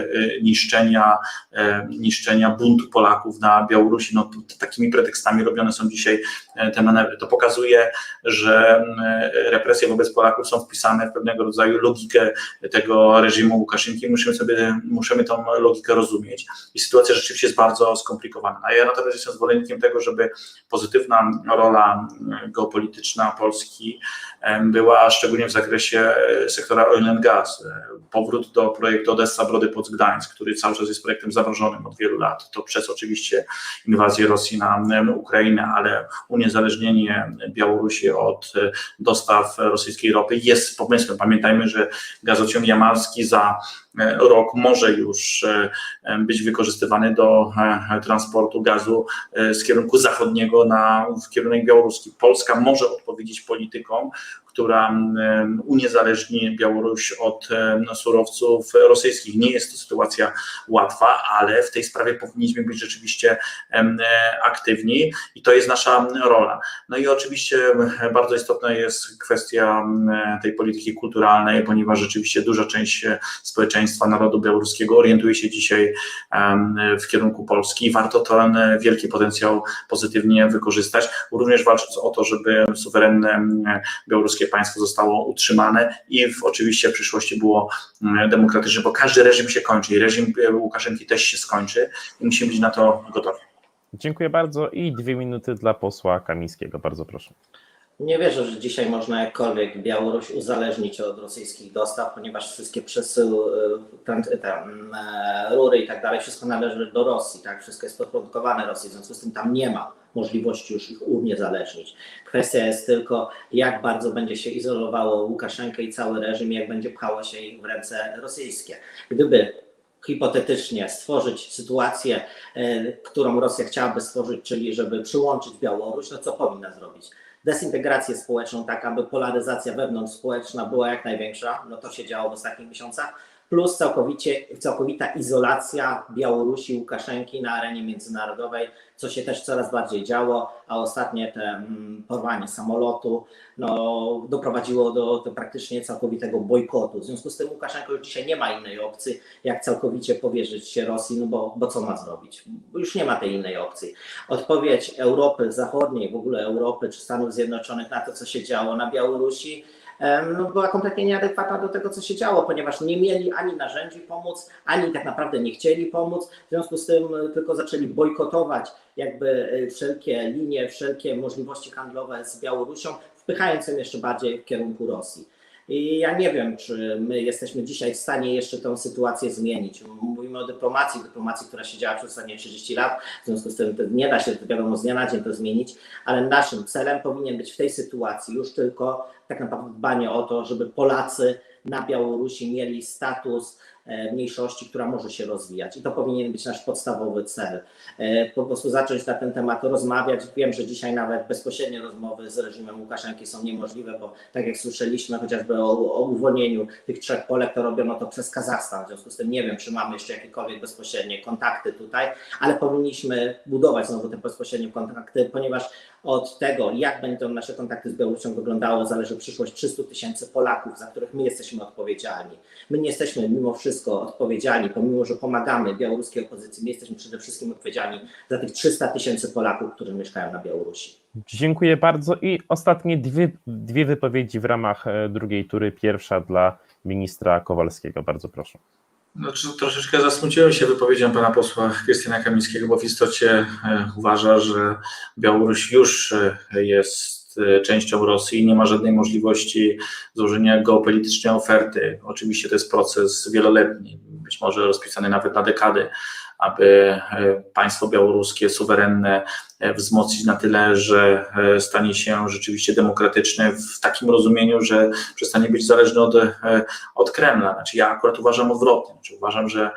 niszczenia buntu Polaków na Białorusi. No, takimi pretekstami robione są dzisiaj te manewry. To pokazuje, że represje wobec Polaków są wpisane w pewnego rodzaju logikę tego reżimu Łukaszenki. Musimy tą logikę rozumieć i sytuacja rzeczywiście jest bardzo skomplikowana. A ja natomiast jestem zwolennikiem tego, tego, żeby pozytywna rola geopolityczna Polski była szczególnie w zakresie sektora oil and gas. Powrót do projektu Odessa-Brody pod Gdańsk, który cały czas jest projektem zamrożonym od wielu lat, to przez oczywiście inwazję Rosji na Ukrainę, ale uniezależnienie Białorusi od dostaw rosyjskiej ropy jest pomysłem. Pamiętajmy, że gazociąg jamalski za rok może już być wykorzystywany do transportu gazu z kierunku zachodniego w kierunek białoruski. Polska może odpowiedzieć polityką, która uniezależni Białoruś od surowców rosyjskich. Nie jest to sytuacja łatwa, ale w tej sprawie powinniśmy być rzeczywiście aktywni i to jest nasza rola. No i oczywiście bardzo istotna jest kwestia tej polityki kulturalnej, ponieważ rzeczywiście duża część społeczeństwa, narodu białoruskiego orientuje się dzisiaj w kierunku Polski i warto ten wielki potencjał pozytywnie wykorzystać, również walcząc o to, żeby suwerenne białoruskie państwo zostało utrzymane i oczywiście w przyszłości było demokratyczne, bo każdy reżim się kończy i reżim Łukaszenki też się skończy i musimy być na to gotowi. Dziękuję bardzo i 2 minuty dla posła Kamińskiego, bardzo proszę. Nie wierzę, że dzisiaj można jakkolwiek Białoruś uzależnić od rosyjskich dostaw, ponieważ wszystkie przesyły, rury i tak dalej, wszystko należy do Rosji, tak? Wszystko jest podporządkowane Rosji, w związku z tym tam nie ma możliwości już ich uniezależnić. Kwestia jest tylko, jak bardzo będzie się izolowało Łukaszenkę i cały reżim, jak będzie pchało się ich w ręce rosyjskie. Gdyby hipotetycznie stworzyć sytuację, którą Rosja chciałaby stworzyć, czyli żeby przyłączyć Białoruś, no co powinna zrobić? Dezintegrację społeczną, tak aby polaryzacja wewnątrzspołeczna była jak największa, no to się działo w ostatnich miesiącach, plus całkowita izolacja Białorusi, Łukaszenki na arenie międzynarodowej, co się też coraz bardziej działo, a ostatnie porwanie samolotu doprowadziło do praktycznie całkowitego bojkotu. W związku z tym Łukaszenko już dzisiaj nie ma innej opcji, jak całkowicie powierzyć się Rosji, bo co ma zrobić? Bo już nie ma tej innej opcji. Odpowiedź Europy Zachodniej, w ogóle Europy czy Stanów Zjednoczonych na to, co się działo na Białorusi, była kompletnie nieadekwatna do tego, co się działo, ponieważ nie mieli ani narzędzi pomóc, ani tak naprawdę nie chcieli pomóc, w związku z tym tylko zaczęli bojkotować jakby wszelkie linie, wszelkie możliwości handlowe z Białorusią, wpychając ją jeszcze bardziej w kierunku Rosji. I ja nie wiem, czy my jesteśmy dzisiaj w stanie jeszcze tę sytuację zmienić. Mówimy o dyplomacji, która się działa przez ostatnie 30 lat, w związku z tym nie da się, wiadomo, z dnia na dzień to zmienić, ale naszym celem powinien być w tej sytuacji już tylko tak naprawdę dbanie o to, żeby Polacy na Białorusi mieli status mniejszości, która może się rozwijać i to powinien być nasz podstawowy cel. Po prostu zacząć na ten temat rozmawiać. Wiem, że dzisiaj nawet bezpośrednie rozmowy z reżimem Łukaszenki są niemożliwe, bo tak jak słyszeliśmy chociażby o uwolnieniu tych 3 Polek, to robiono to przez Kazachstan. W związku z tym nie wiem, czy mamy jeszcze jakiekolwiek bezpośrednie kontakty tutaj, ale powinniśmy budować znowu te bezpośrednie kontakty, ponieważ od tego, jak będą nasze kontakty z Białorusią wyglądały, zależy przyszłość 300 000 Polaków, za których my jesteśmy odpowiedzialni. My nie jesteśmy mimo wszystko odpowiedzialni, pomimo że pomagamy białoruskiej opozycji, my jesteśmy przede wszystkim odpowiedzialni za tych 300 000 Polaków, którzy mieszkają na Białorusi. Dziękuję bardzo i ostatnie dwie wypowiedzi w ramach drugiej tury. Pierwsza dla ministra Kowalskiego, bardzo proszę. Znaczy, troszeczkę zasmuciłem się wypowiedzią pana posła Krystiana Kamińskiego, bo w istocie uważa, że Białoruś już jest częścią Rosji i nie ma żadnej możliwości złożenia geopolitycznej oferty. Oczywiście to jest proces wieloletni, być może rozpisany nawet na dekady, aby państwo białoruskie suwerenne wzmocnić na tyle, że stanie się rzeczywiście demokratyczne w takim rozumieniu, że przestanie być zależny od Kremla. Znaczy, ja akurat uważam odwrotnie. Uważam, że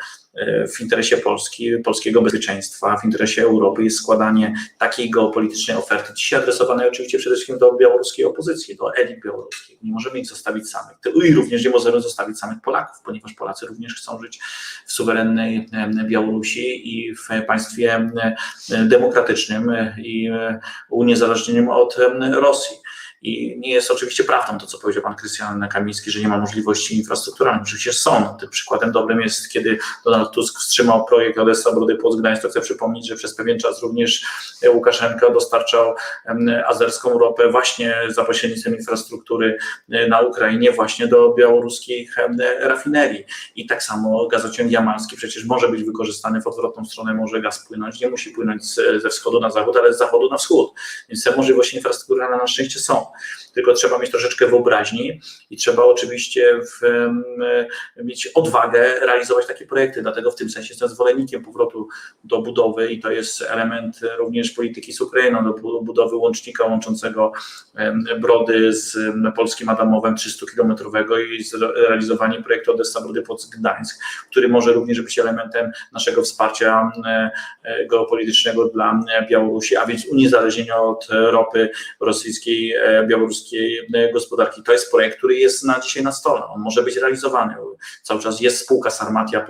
w interesie Polski, polskiego bezpieczeństwa, w interesie Europy jest składanie takiej geopolitycznej oferty, dzisiaj adresowanej oczywiście przede wszystkim do białoruskiej opozycji, do elit białoruskich. Nie możemy ich zostawić samych. I również nie możemy zostawić samych Polaków, ponieważ Polacy również chcą żyć w suwerennej Białorusi i w państwie demokratycznym i uniezależnionym od Rosji. I nie jest oczywiście prawdą to, co powiedział pan Krystian Kamiński, że nie ma możliwości infrastrukturalnych. Oczywiście są. Tym przykładem dobrym jest, kiedy Donald Tusk wstrzymał projekt Odessa, Brody, Płock, Gdańsk. To chcę przypomnieć, że przez pewien czas również Łukaszenka dostarczał azerską ropę właśnie za pośrednictwem infrastruktury na Ukrainie właśnie do białoruskich rafinerii. I tak samo gazociąg jamalski przecież może być wykorzystany w odwrotną stronę, może gaz płynąć, nie musi płynąć ze wschodu na zachód, ale z zachodu na wschód. Więc te możliwości infrastrukturalne na szczęście są. Tylko trzeba mieć troszeczkę wyobraźni i trzeba oczywiście mieć odwagę realizować takie projekty. Dlatego w tym sensie jestem zwolennikiem powrotu do budowy i to jest element również polityki z Ukrainą, do budowy łącznika łączącego Brody z polskim Adamowem 300-kilometrowego i zrealizowanie projektu Odessa, Brody, Płock, Gdańsk, który może również być elementem naszego wsparcia geopolitycznego dla Białorusi, a więc uniezależnienia od ropy rosyjskiej, białoruskiej gospodarki. To jest projekt, który jest dzisiaj na stole. On może być realizowany. Cały czas jest spółka Sarmatia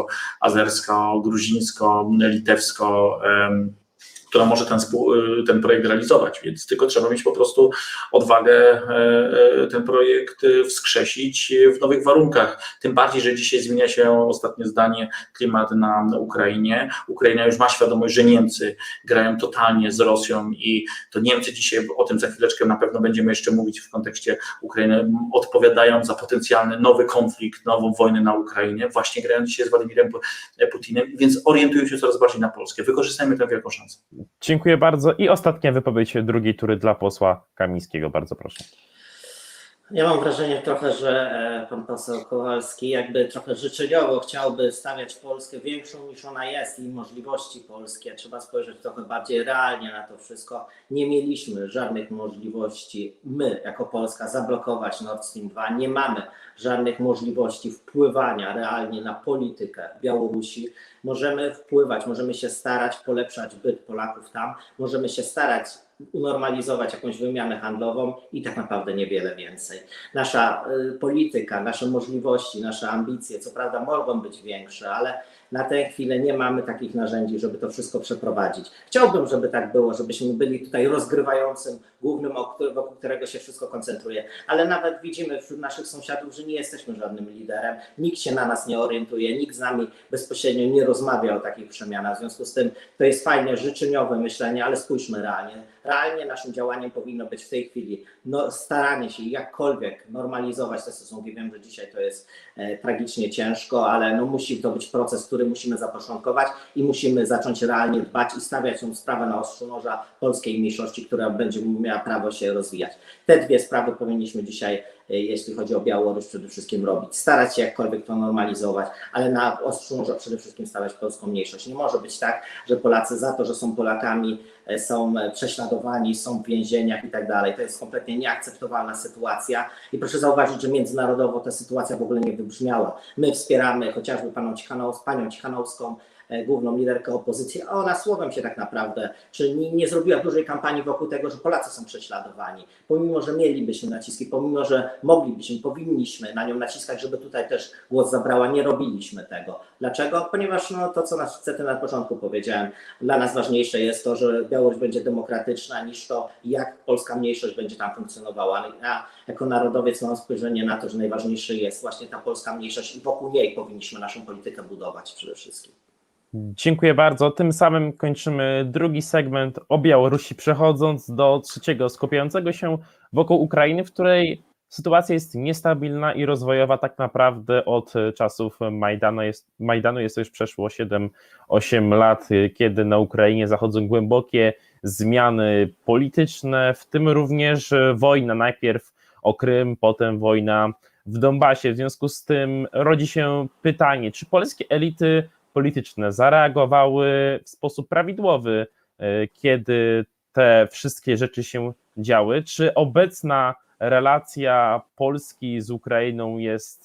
polsko-azersko-gruzińsko-litewsko, która może ten projekt realizować, więc tylko trzeba mieć po prostu odwagę ten projekt wskrzesić w nowych warunkach. Tym bardziej, że dzisiaj zmienia się, ostatnie zdanie, klimat na Ukrainie. Ukraina już ma świadomość, że Niemcy grają totalnie z Rosją i to Niemcy dzisiaj, o tym za chwileczkę na pewno będziemy jeszcze mówić w kontekście Ukrainy, odpowiadają za potencjalny nowy konflikt, nową wojnę na Ukrainie, właśnie grają dzisiaj z Władimirem Putinem, więc orientują się coraz bardziej na Polskę. Wykorzystajmy tę wielką szansę. Dziękuję bardzo. I ostatnia wypowiedź drugiej tury dla posła Kamińskiego. Bardzo proszę. Ja mam wrażenie trochę, że pan poseł Kowalski jakby trochę życzeniowo chciałby stawiać Polskę większą niż ona jest i możliwości polskie. Trzeba spojrzeć trochę bardziej realnie na to wszystko. Nie mieliśmy żadnych możliwości, my jako Polska, zablokować Nord Stream 2. Nie mamy żadnych możliwości wpływania realnie na politykę Białorusi. Możemy wpływać, możemy się starać polepszać byt Polaków tam, możemy się starać unormalizować jakąś wymianę handlową i tak naprawdę niewiele więcej. Nasza polityka, nasze możliwości, nasze ambicje, co prawda mogą być większe, ale na tę chwilę nie mamy takich narzędzi, żeby to wszystko przeprowadzić. Chciałbym, żeby tak było, żebyśmy byli tutaj rozgrywającym głównym, wokół którego się wszystko koncentruje, ale nawet widzimy wśród naszych sąsiadów, że nie jesteśmy żadnym liderem, nikt się na nas nie orientuje, nikt z nami bezpośrednio nie rozmawia o takich przemianach, w związku z tym to jest fajnie życzeniowe myślenie, ale spójrzmy realnie. Realnie naszym działaniem powinno być w tej chwili staranie się jakkolwiek normalizować te stosunki. Wiem, że dzisiaj to jest tragicznie ciężko, ale musi to być proces, który musimy zapoczątkować i musimy zacząć realnie dbać i stawiać tą sprawę na ostrzu noża polskiej mniejszości, która będzie miała prawo się rozwijać. Te dwie sprawy powinniśmy dzisiaj, jeśli chodzi o Białoruś, przede wszystkim robić. Starać się jakkolwiek to normalizować, ale na ostrzu noża przede wszystkim stawiać polską mniejszość. Nie może być tak, że Polacy za to, że są Polakami, są prześladowani, są w więzieniach i tak dalej. To jest kompletnie nieakceptowalna sytuacja i proszę zauważyć, że międzynarodowo ta sytuacja w ogóle nie wybrzmiała. My wspieramy chociażby panią Cichanouszką, główną liderkę opozycji, a ona słowem się tak naprawdę, czyli nie zrobiła dużej kampanii wokół tego, że Polacy są prześladowani. Pomimo, że mielibyśmy naciski, pomimo, że moglibyśmy, powinniśmy na nią naciskać, żeby tutaj też głos zabrała, nie robiliśmy tego. Dlaczego? Ponieważ to, co niestety na początku powiedziałem, dla nas ważniejsze jest to, że Białoruś będzie demokratyczna, niż to, jak polska mniejszość będzie tam funkcjonowała. Ja jako narodowiec mam spojrzenie na to, że najważniejsze jest właśnie ta polska mniejszość i wokół niej powinniśmy naszą politykę budować przede wszystkim. Dziękuję bardzo. Tym samym kończymy drugi segment o Białorusi, przechodząc do trzeciego, skupiającego się wokół Ukrainy, w której sytuacja jest niestabilna i rozwojowa tak naprawdę od czasów Majdanu. Jest to już przeszło 7-8 lat, kiedy na Ukrainie zachodzą głębokie zmiany polityczne, w tym również wojna, najpierw o Krym, potem wojna w Donbasie. W związku z tym rodzi się pytanie, czy polskie elity polityczne zareagowały w sposób prawidłowy, kiedy te wszystkie rzeczy się działy? Czy obecna relacja Polski z Ukrainą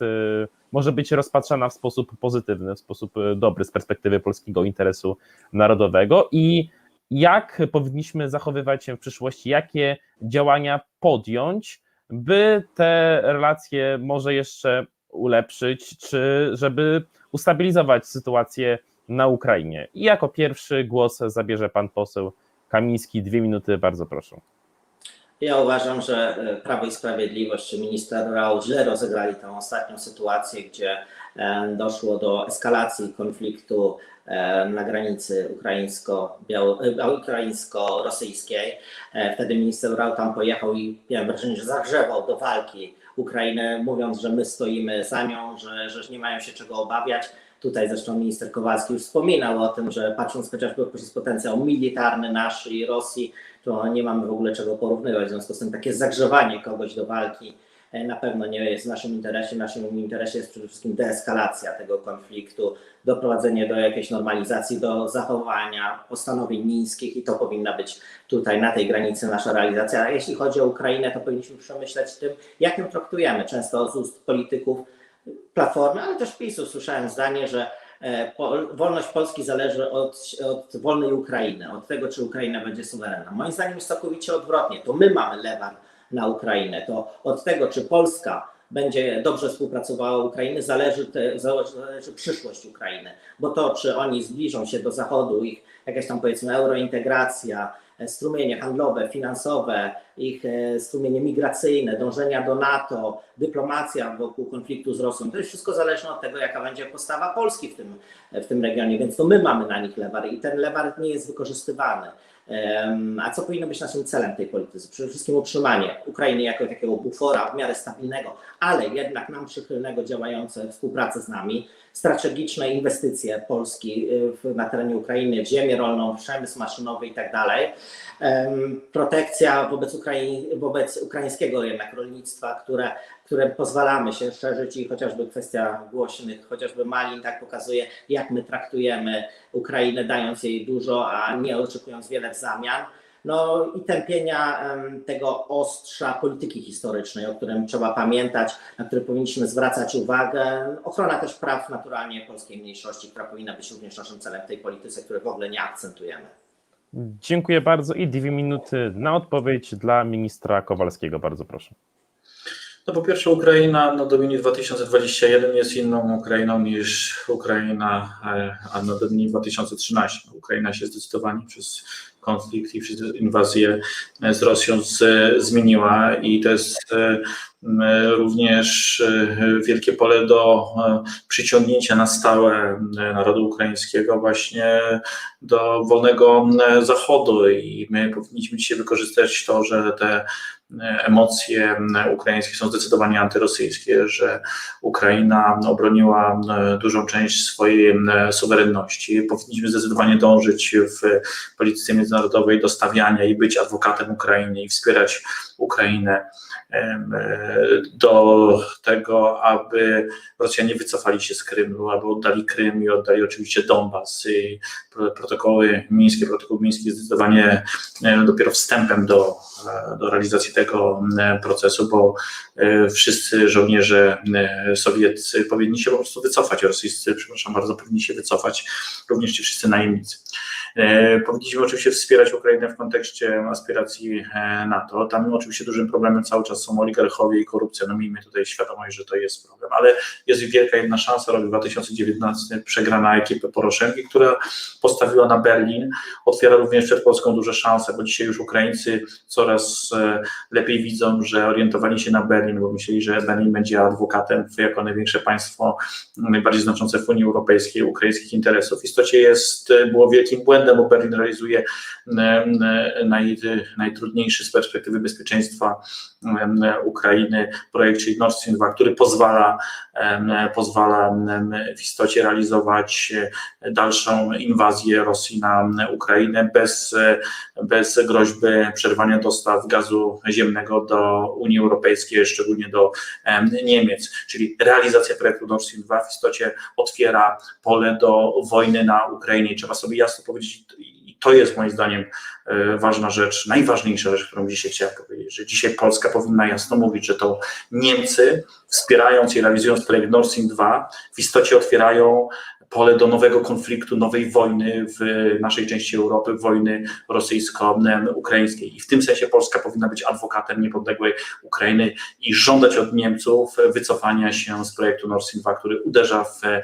może być rozpatrzana w sposób pozytywny, w sposób dobry z perspektywy polskiego interesu narodowego? I jak powinniśmy zachowywać się w przyszłości? Jakie działania podjąć, by te relacje może jeszcze ulepszyć, czy żeby ustabilizować sytuację na Ukrainie? I jako pierwszy głos zabierze pan poseł Kamiński. 2 minuty, bardzo proszę. Ja uważam, że Prawo i Sprawiedliwość czy minister Rau źle rozegrali tę ostatnią sytuację, gdzie doszło do eskalacji konfliktu na granicy ukraińsko-rosyjskiej. Wtedy minister Rau tam pojechał i miałem wrażenie, że zagrzewał do walki Ukrainę, mówiąc, że my stoimy za nią, że nie mają się czego obawiać. Tutaj zresztą minister Kowalski już wspominał o tym, że patrząc chociażby przez potencjał militarny nasz i Rosji, to nie mamy w ogóle czego porównywać. W związku z tym takie zagrzewanie kogoś do walki na pewno nie jest w naszym interesie. W naszym interesie jest przede wszystkim deeskalacja tego konfliktu, doprowadzenie do jakiejś normalizacji, do zachowania postanowień mińskich i to powinna być tutaj na tej granicy nasza realizacja. A jeśli chodzi o Ukrainę, to powinniśmy przemyśleć tym, jak ją traktujemy. Często z ust polityków Platformy, ale też PiS-u słyszałem zdanie, że wolność Polski zależy od wolnej Ukrainy, od tego, czy Ukraina będzie suwerenna. Moim zdaniem jest całkowicie odwrotnie. To my mamy lewar na Ukrainę. To od tego, czy Polska będzie dobrze współpracowała Ukrainy, zależy przyszłość Ukrainy. Bo to, czy oni zbliżą się do Zachodu, ich jakaś tam powiedzmy eurointegracja, strumienie handlowe, finansowe, ich strumienie migracyjne, dążenia do NATO, dyplomacja wokół konfliktu z Rosją, to jest wszystko zależne od tego, jaka będzie postawa Polski w tym regionie, więc to my mamy na nich lewar i ten lewar nie jest wykorzystywany. A co powinno być naszym celem tej polityce? Przede wszystkim utrzymanie Ukrainy jako takiego bufora w miarę stabilnego, ale jednak nam przychylnego, działające współpracę z nami, strategiczne inwestycje Polski na terenie Ukrainy, w ziemię rolną, w przemysł maszynowy i tak dalej. Protekcja wobec ukraińskiego jednak rolnictwa, które pozwalamy się szerzyć i chociażby kwestia głośnych, chociażby Malin tak pokazuje, jak my traktujemy Ukrainę, dając jej dużo, a nie oczekując wiele w zamian. No i tępienia tego ostrza polityki historycznej, o którym trzeba pamiętać, na który powinniśmy zwracać uwagę. Ochrona też praw naturalnie polskiej mniejszości, która powinna być również naszym celem w tej polityce, której w ogóle nie akcentujemy. Dziękuję bardzo i 2 minuty na odpowiedź dla ministra Kowalskiego. Bardzo proszę. No po pierwsze Ukraina na Domini 2021 jest inną Ukrainą niż Ukraina na Domini 2013. Ukraina się zdecydowanie przez konflikt i przez inwazję z Rosją zmieniła i to jest również wielkie pole do przyciągnięcia na stałe narodu ukraińskiego właśnie do wolnego Zachodu i my powinniśmy dzisiaj wykorzystać to, że te emocje ukraińskie są zdecydowanie antyrosyjskie, że Ukraina obroniła dużą część swojej suwerenności. Powinniśmy zdecydowanie dążyć w polityce międzynarodowej do stawiania i być adwokatem Ukrainy i wspierać Ukrainę do tego, aby Rosjanie wycofali się z Krymu, aby oddali Krym i oddali oczywiście Donbas. I protokół miński jest zdecydowanie dopiero wstępem do realizacji tego procesu, bo wszyscy żołnierze sowieccy powinni się po prostu wycofać, rosyjscy, przepraszam bardzo, powinni się wycofać, również ci wszyscy najemnicy. Powinniśmy oczywiście wspierać Ukrainę w kontekście aspiracji NATO. Tam oczywiście dużym problemem cały czas są oligarchowie i korupcja. No miejmy tutaj świadomość, że to jest problem, ale jest wielka jedna szansa. Rok 2019 przegrana ekipy Poroszenki, która postawiła na Berlin. Otwiera również przed Polską duże szanse, bo dzisiaj już Ukraińcy coraz lepiej widzą, że orientowali się na Berlin, bo myśleli, że Berlin będzie adwokatem jako największe państwo, najbardziej znaczące w Unii Europejskiej, ukraińskich interesów. W istocie było wielkim błędem, bo Berlin realizuje najtrudniejszy z perspektywy bezpieczeństwa Ukrainy projekt, czyli Nord Stream 2, który pozwala w istocie realizować dalszą inwazję Rosji na Ukrainę bez groźby przerwania dostaw gazu ziemnego do Unii Europejskiej, szczególnie do Niemiec. Czyli realizacja projektu Nord Stream 2 w istocie otwiera pole do wojny na Ukrainie. I trzeba sobie jasno powiedzieć, i to jest moim zdaniem ważna rzecz, najważniejsza rzecz, którą dzisiaj chciałem powiedzieć, że dzisiaj Polska powinna jasno mówić, że to Niemcy, wspierając i realizując projekt Nord Stream 2, w istocie otwierają pole do nowego konfliktu, nowej wojny w naszej części Europy, wojny rosyjsko-ukraińskiej. I w tym sensie Polska powinna być adwokatem niepodległej Ukrainy i żądać od Niemców wycofania się z projektu Nord Stream 2, który uderza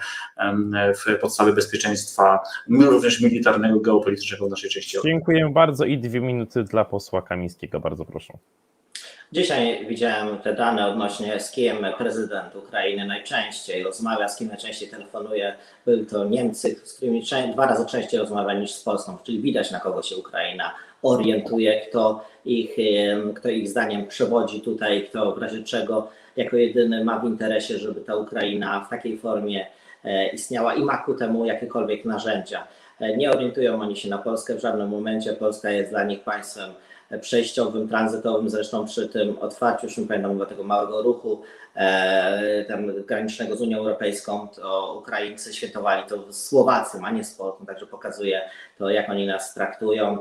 w podstawy bezpieczeństwa, również militarnego, geopolitycznego w naszej części Europy. Dziękuję bardzo i 2 minuty dla posła Kamińskiego, bardzo proszę. Dzisiaj widziałem te dane odnośnie z kim prezydent Ukrainy najczęściej rozmawia, z kim najczęściej telefonuje. Były to Niemcy, z którymi 2 razy częściej rozmawia niż z Polską, czyli widać, na kogo się Ukraina orientuje, kto ich zdaniem przewodzi tutaj, kto w razie czego jako jedyny ma w interesie, żeby ta Ukraina w takiej formie istniała i ma ku temu jakiekolwiek narzędzia. Nie orientują oni się na Polskę w żadnym momencie. Polska jest dla nich państwem przejściowym, tranzytowym, zresztą przy tym otwarciu, już nie pamiętam tego małego ruchu tam granicznego z Unią Europejską, to Ukraińcy świętowali to z Słowacją, a nie z Polską, także pokazuje to, jak oni nas traktują.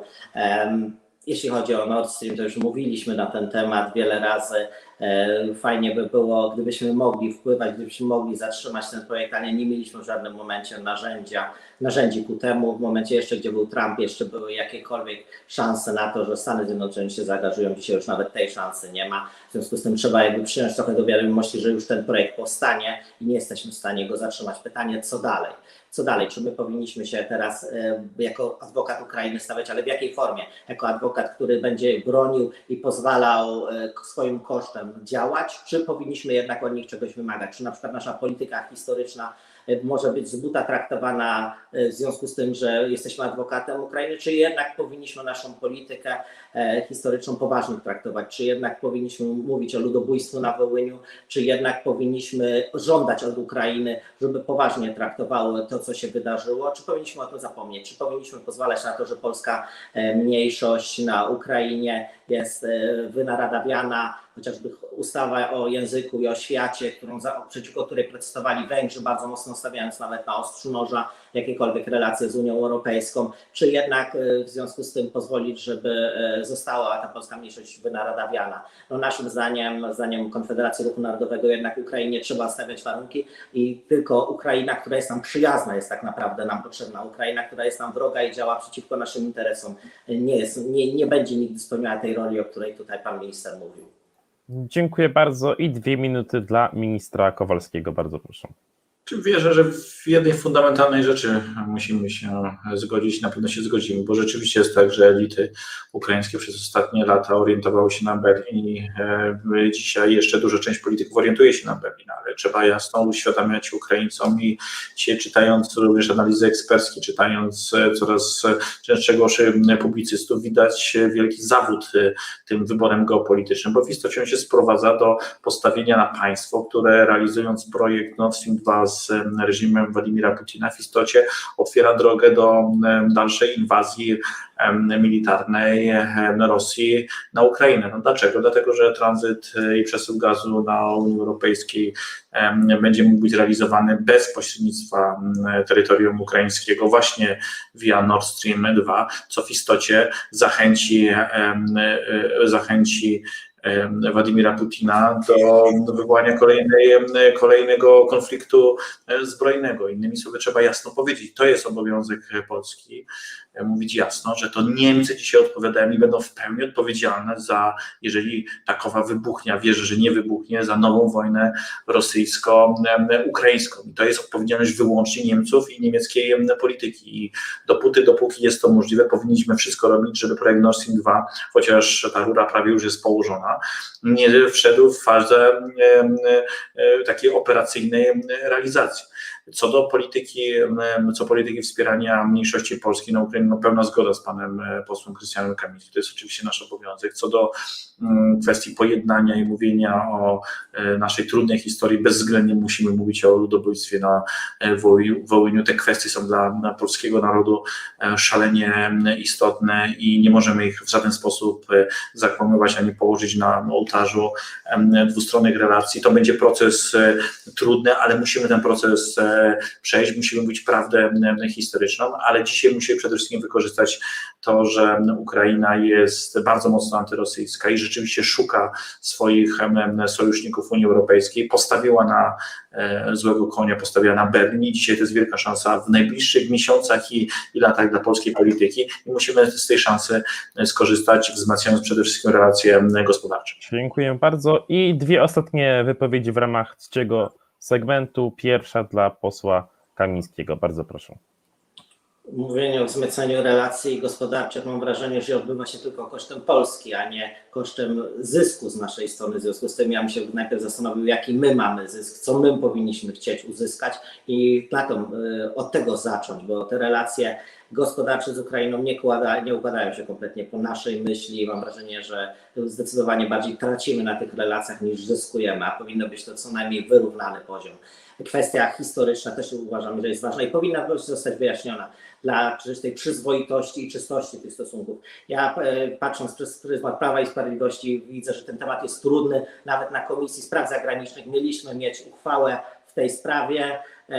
Jeśli chodzi o Nord Stream, to już mówiliśmy na ten temat wiele razy. Fajnie by było, gdybyśmy mogli wpływać, gdybyśmy mogli zatrzymać ten projekt, ale nie mieliśmy w żadnym momencie narzędzi ku temu. W momencie jeszcze, gdzie był Trump, jeszcze były jakiekolwiek szanse na to, że Stany Zjednoczone się zaangażują. Dzisiaj już nawet tej szansy nie ma. W związku z tym trzeba jakby przyjąć trochę do wiadomości, że już ten projekt powstanie i nie jesteśmy w stanie go zatrzymać. Pytanie, co dalej? Co dalej? Czy my powinniśmy się teraz jako adwokat Ukrainy stawiać, ale w jakiej formie? Jako adwokat, który będzie bronił i pozwalał swoim kosztem działać, czy powinniśmy jednak od nich czegoś wymagać? Czy na przykład nasza polityka historyczna może być z buta traktowana w związku z tym, że jesteśmy adwokatem Ukrainy, czy jednak powinniśmy naszą politykę historyczną poważnie traktować, czy jednak powinniśmy mówić o ludobójstwu na Wołyniu, czy jednak powinniśmy żądać od Ukrainy, żeby poważnie traktowały to, co się wydarzyło, czy powinniśmy o tym zapomnieć, czy powinniśmy pozwalać na to, że polska mniejszość na Ukrainie jest wynaradawiana, chociażby ustawa o języku i oświacie, przeciwko której protestowali Węgrzy, bardzo mocno stawiając nawet na ostrzu noża jakiekolwiek relacje z Unią Europejską, czy jednak w związku z tym pozwolić, żeby została ta polska mniejszość wynaradawiana. No naszym zdaniem Konfederacji Ruchu Narodowego jednak Ukrainie trzeba stawiać warunki i tylko Ukraina, która jest nam przyjazna, jest tak naprawdę nam potrzebna. Ukraina, która jest nam wroga i działa przeciwko naszym interesom, nie będzie nigdy spełniała tej roli, o której tutaj pan minister mówił. Dziękuję bardzo i 2 minuty dla ministra Kowalskiego, bardzo proszę. Wierzę, że w jednej fundamentalnej rzeczy musimy się zgodzić, na pewno się zgodzimy, bo rzeczywiście jest tak, że elity ukraińskie przez ostatnie lata orientowały się na Berlin i dzisiaj jeszcze duża część polityków orientuje się na Berlin, ale trzeba jasno uświadamiać Ukraińcom i dzisiaj czytając również analizy eksperckie, czytając coraz częstszego publicystów, widać wielki zawód tym wyborem geopolitycznym, bo w istocie on się sprowadza do postawienia na państwo, które realizując projekt Nord Stream 2 z reżimem Władimira Putina w istocie otwiera drogę do dalszej inwazji militarnej Rosji na Ukrainę. No dlaczego? Dlatego, że tranzyt i przesył gazu na Unii Europejskiej będzie mógł być realizowany bez pośrednictwa terytorium ukraińskiego właśnie via Nord Stream 2, co w istocie zachęci Władimira Putina do wywołania kolejnego konfliktu zbrojnego. Innymi słowy, trzeba jasno powiedzieć, to jest obowiązek Polski, mówić jasno, że to Niemcy dzisiaj odpowiadają i będą w pełni odpowiedzialne za, jeżeli takowa wybuchnie, a wierzę, że nie wybuchnie, za nową wojnę rosyjsko-ukraińską. I to jest odpowiedzialność wyłącznie Niemców i niemieckiej polityki. I dopóki jest to możliwe, powinniśmy wszystko robić, żeby projekt Nord Stream 2, chociaż ta rura prawie już jest położona, nie wszedł w fazę takiej operacyjnej realizacji. Co do polityki wspierania mniejszości polskiej na Ukrainie, no pełna zgoda z panem posłem Krystianem Kamińskim, to jest oczywiście nasz obowiązek. Co do kwestii pojednania i mówienia o naszej trudnej historii, bezwzględnie musimy mówić o ludobójstwie na Wołyniu. Te kwestie są dla polskiego narodu szalenie istotne i nie możemy ich w żaden sposób zakłamywać ani położyć na ołtarzu dwustronnych relacji. To będzie proces trudny, ale musimy ten proces przejść, musimy mówić prawdę historyczną, ale dzisiaj musimy przede wszystkim wykorzystać to, że Ukraina jest bardzo mocno antyrosyjska i rzeczywiście szuka swoich sojuszników w Unii Europejskiej, postawiła na złego konia, postawiła na Berlin i dzisiaj to jest wielka szansa w najbliższych miesiącach i latach dla polskiej polityki i musimy z tej szansy skorzystać, wzmacniając przede wszystkim relacje gospodarcze. Dziękuję bardzo i dwie ostatnie wypowiedzi w ramach trzeciego segmentu. Pierwsza dla posła Kamińskiego, bardzo proszę. Mówienie o wzmacnianiu relacji gospodarczych mam wrażenie, że odbywa się tylko kosztem Polski, a nie kosztem zysku z naszej strony. W związku z tym ja bym się najpierw zastanowił, jaki my mamy zysk, co my powinniśmy chcieć uzyskać i od tego zacząć, bo te relacje gospodarcze z Ukrainą nie układają się kompletnie po naszej myśli. Mam wrażenie, że zdecydowanie bardziej tracimy na tych relacjach niż zyskujemy, a powinno być to co najmniej wyrównany poziom. Kwestia historyczna też uważam, że jest ważna i powinna zostać wyjaśniona dla tej przyzwoitości i czystości tych stosunków. Ja patrząc przez pryzmat Prawa i Sprawiedliwości widzę, że ten temat jest trudny. Nawet na Komisji Spraw Zagranicznych mieliśmy mieć uchwałę w tej sprawie.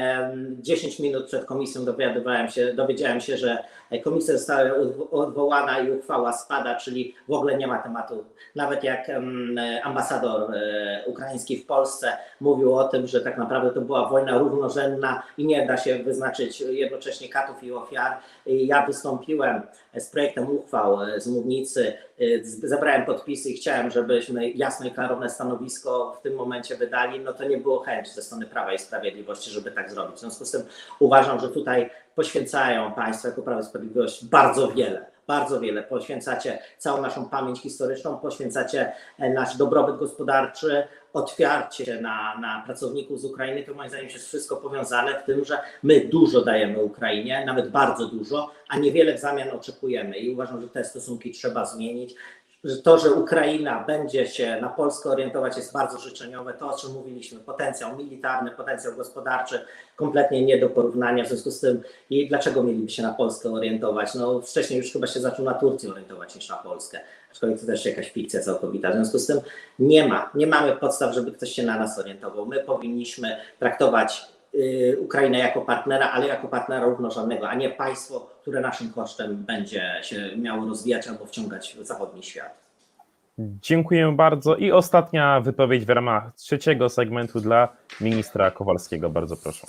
10 minut przed komisją dowiedziałem się, że komisja została odwołana i uchwała spada, czyli w ogóle nie ma tematu. Nawet jak ambasador ukraiński w Polsce mówił o tym, że tak naprawdę to była wojna równorzędna i nie da się wyznaczyć jednocześnie katów i ofiar. Ja wystąpiłem z projektem uchwał z mównicy, zebrałem podpisy i chciałem, żebyśmy jasne i klarowne stanowisko w tym momencie wydali, no to nie było chęci ze strony Prawa i Sprawiedliwości, żeby tak zrobić. W związku z tym uważam, że tutaj poświęcają państwo jako Prawo i Sprawiedliwość bardzo wiele. Poświęcacie całą naszą pamięć historyczną, poświęcacie nasz dobrobyt gospodarczy, otwarcie się na pracowników z Ukrainy. To moim zdaniem jest wszystko powiązane w tym, że my dużo dajemy Ukrainie, nawet bardzo dużo, a niewiele w zamian oczekujemy i uważam, że te stosunki trzeba zmienić. To, że Ukraina będzie się na Polskę orientować, jest bardzo życzeniowe. To, o czym mówiliśmy, potencjał militarny, potencjał gospodarczy, kompletnie nie do porównania. W związku z tym, i dlaczego mieliby się na Polskę orientować? No wcześniej już chyba się zaczął na Turcję orientować niż na Polskę. Aczkolwiek to też jakaś fikcja całkowita. W związku z tym nie mamy podstaw, żeby ktoś się na nas orientował. My powinniśmy traktować Ukrainę jako partnera, ale jako partnera równorzędnego, a nie państwo, które naszym kosztem będzie się miało rozwijać albo wciągać w zachodni świat. Dziękuję bardzo i ostatnia wypowiedź w ramach trzeciego segmentu dla ministra Kowalskiego, bardzo proszę.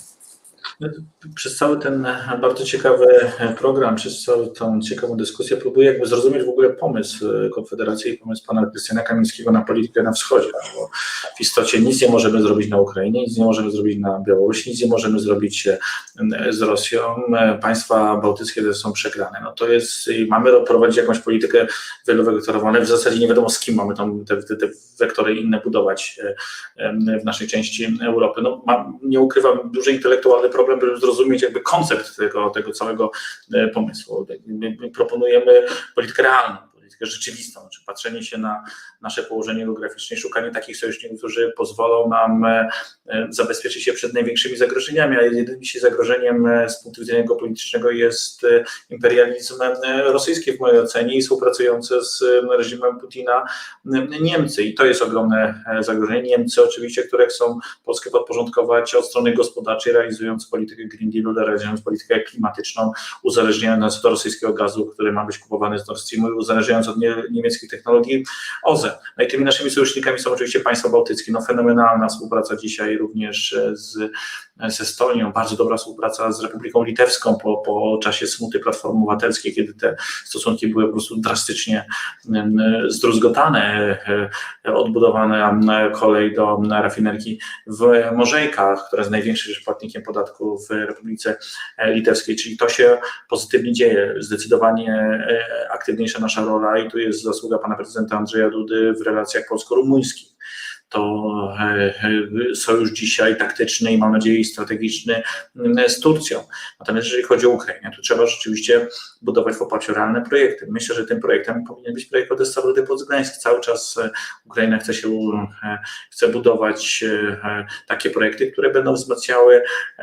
Przez cały ten bardzo ciekawy program, przez całą tą ciekawą dyskusję próbuję jakby zrozumieć w ogóle pomysł Konfederacji i pomysł pana Krystiana Kamińskiego na politykę na wschodzie, bo w istocie nic nie możemy zrobić na Ukrainie, nic nie możemy zrobić na Białorusi, nic nie możemy zrobić z Rosją, państwa bałtyckie też są przegrane. No to jest, mamy prowadzić jakąś politykę wielowektorową, w zasadzie nie wiadomo z kim mamy tam te wektory inne budować w naszej części Europy. No, nie ukrywam, duży intelektualny problem, by zrozumieć jakby koncept tego całego pomysłu. My proponujemy politykę realną, politykę rzeczywistą, czy patrzenie się na nasze położenie geograficzne i szukanie takich sojuszników, którzy pozwolą nam zabezpieczyć się przed największymi zagrożeniami, a jedynym zagrożeniem z punktu widzenia geopolitycznego jest imperializm rosyjski w mojej ocenie i współpracujące z reżimem Putina Niemcy. I to jest ogromne zagrożenie. Niemcy oczywiście, które chcą Polskę podporządkować od strony gospodarczej, realizując politykę Green Dealu, realizując politykę klimatyczną, uzależniając nas od rosyjskiego gazu, który ma być kupowany z Nord Streamu, uzależniając od niemieckich technologii OZE. No i tymi naszymi sojusznikami są oczywiście państwa bałtyckie. No fenomenalna współpraca dzisiaj również z Estonią, bardzo dobra współpraca z Republiką Litewską po czasie smuty Platformy Obywatelskiej, kiedy te stosunki były po prostu drastycznie zdruzgotane, odbudowana kolej do rafinerki w Morzejkach, która jest największym płatnikiem podatku w Republice Litewskiej, czyli to się pozytywnie dzieje, zdecydowanie aktywniejsza nasza rola i tu jest zasługa pana prezydenta Andrzeja Dudy w relacjach polsko-rumuńskich. To sojusz dzisiaj taktyczny i mam nadzieję strategiczny z Turcją. Natomiast jeżeli chodzi o Ukrainę, to trzeba rzeczywiście budować w oparciu o realne projekty. Myślę, że tym projektem powinien być projekt Odessa Rudy Poznańsk. Cały czas Ukraina chce budować takie projekty, które będą wzmacniały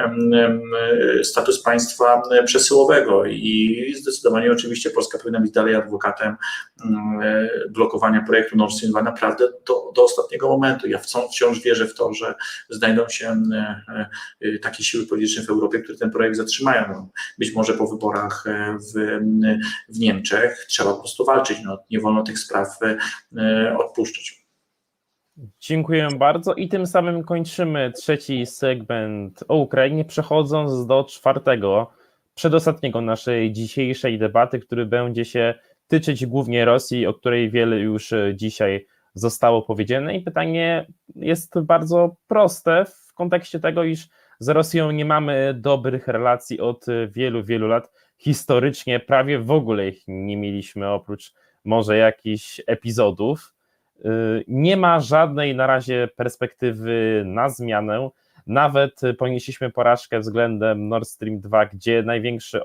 status państwa przesyłowego i zdecydowanie oczywiście Polska powinna być dalej adwokatem blokowania projektu Nord Stream 2 naprawdę do ostatniego momentu. momentu. Ja wciąż wierzę w to, że znajdą się takie siły polityczne w Europie, które ten projekt zatrzymają. No, być może po wyborach w Niemczech trzeba po prostu walczyć. No, nie wolno tych spraw odpuszczać. Dziękuję bardzo i tym samym kończymy trzeci segment o Ukrainie, przechodząc do czwartego, przedostatniego naszej dzisiejszej debaty, który będzie się tyczyć głównie Rosji, o której wiele już dzisiaj zostało powiedziane i pytanie jest bardzo proste w kontekście tego, iż z Rosją nie mamy dobrych relacji od wielu, wielu lat. Historycznie prawie w ogóle ich nie mieliśmy, oprócz może jakichś epizodów. Nie ma żadnej na razie perspektywy na zmianę. Nawet ponieśliśmy porażkę względem Nord Stream 2, gdzie największy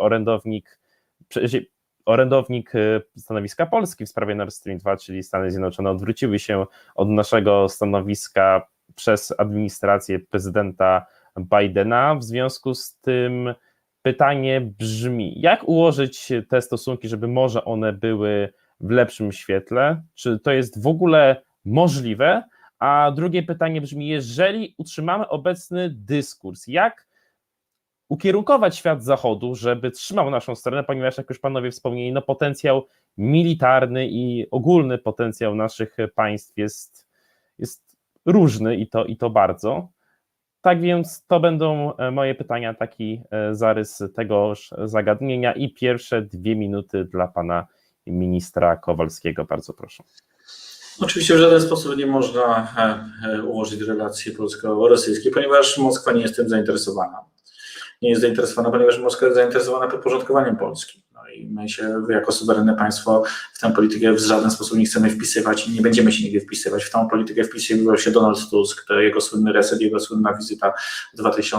orędownik stanowiska Polski w sprawie Nord Stream 2, czyli Stany Zjednoczone, odwróciły się od naszego stanowiska przez administrację prezydenta Bidena. W związku z tym pytanie brzmi, jak ułożyć te stosunki, żeby może one były w lepszym świetle? Czy to jest w ogóle możliwe? A drugie pytanie brzmi, jeżeli utrzymamy obecny dyskurs, jak ukierunkować świat Zachodu, żeby trzymał naszą stronę, ponieważ jak już panowie wspomnieli, no potencjał militarny i ogólny potencjał naszych państw jest różny i to bardzo. Tak więc to będą moje pytania, taki zarys tegoż zagadnienia i pierwsze 2 minuty dla pana ministra Kowalskiego. Bardzo proszę. Oczywiście w żaden sposób nie można ułożyć relacji polsko-rosyjskiej, ponieważ Moskwa nie jest tym zainteresowana. Nie jest zainteresowana, ponieważ Moskwa jest zainteresowana podporządkowaniem Polski. No i my się jako suwerenne państwo w tę politykę w żaden sposób nie chcemy wpisywać i nie będziemy się nigdy wpisywać. W tą politykę wpisywał się Donald Tusk, to jego słynny reset, jego słynna wizyta w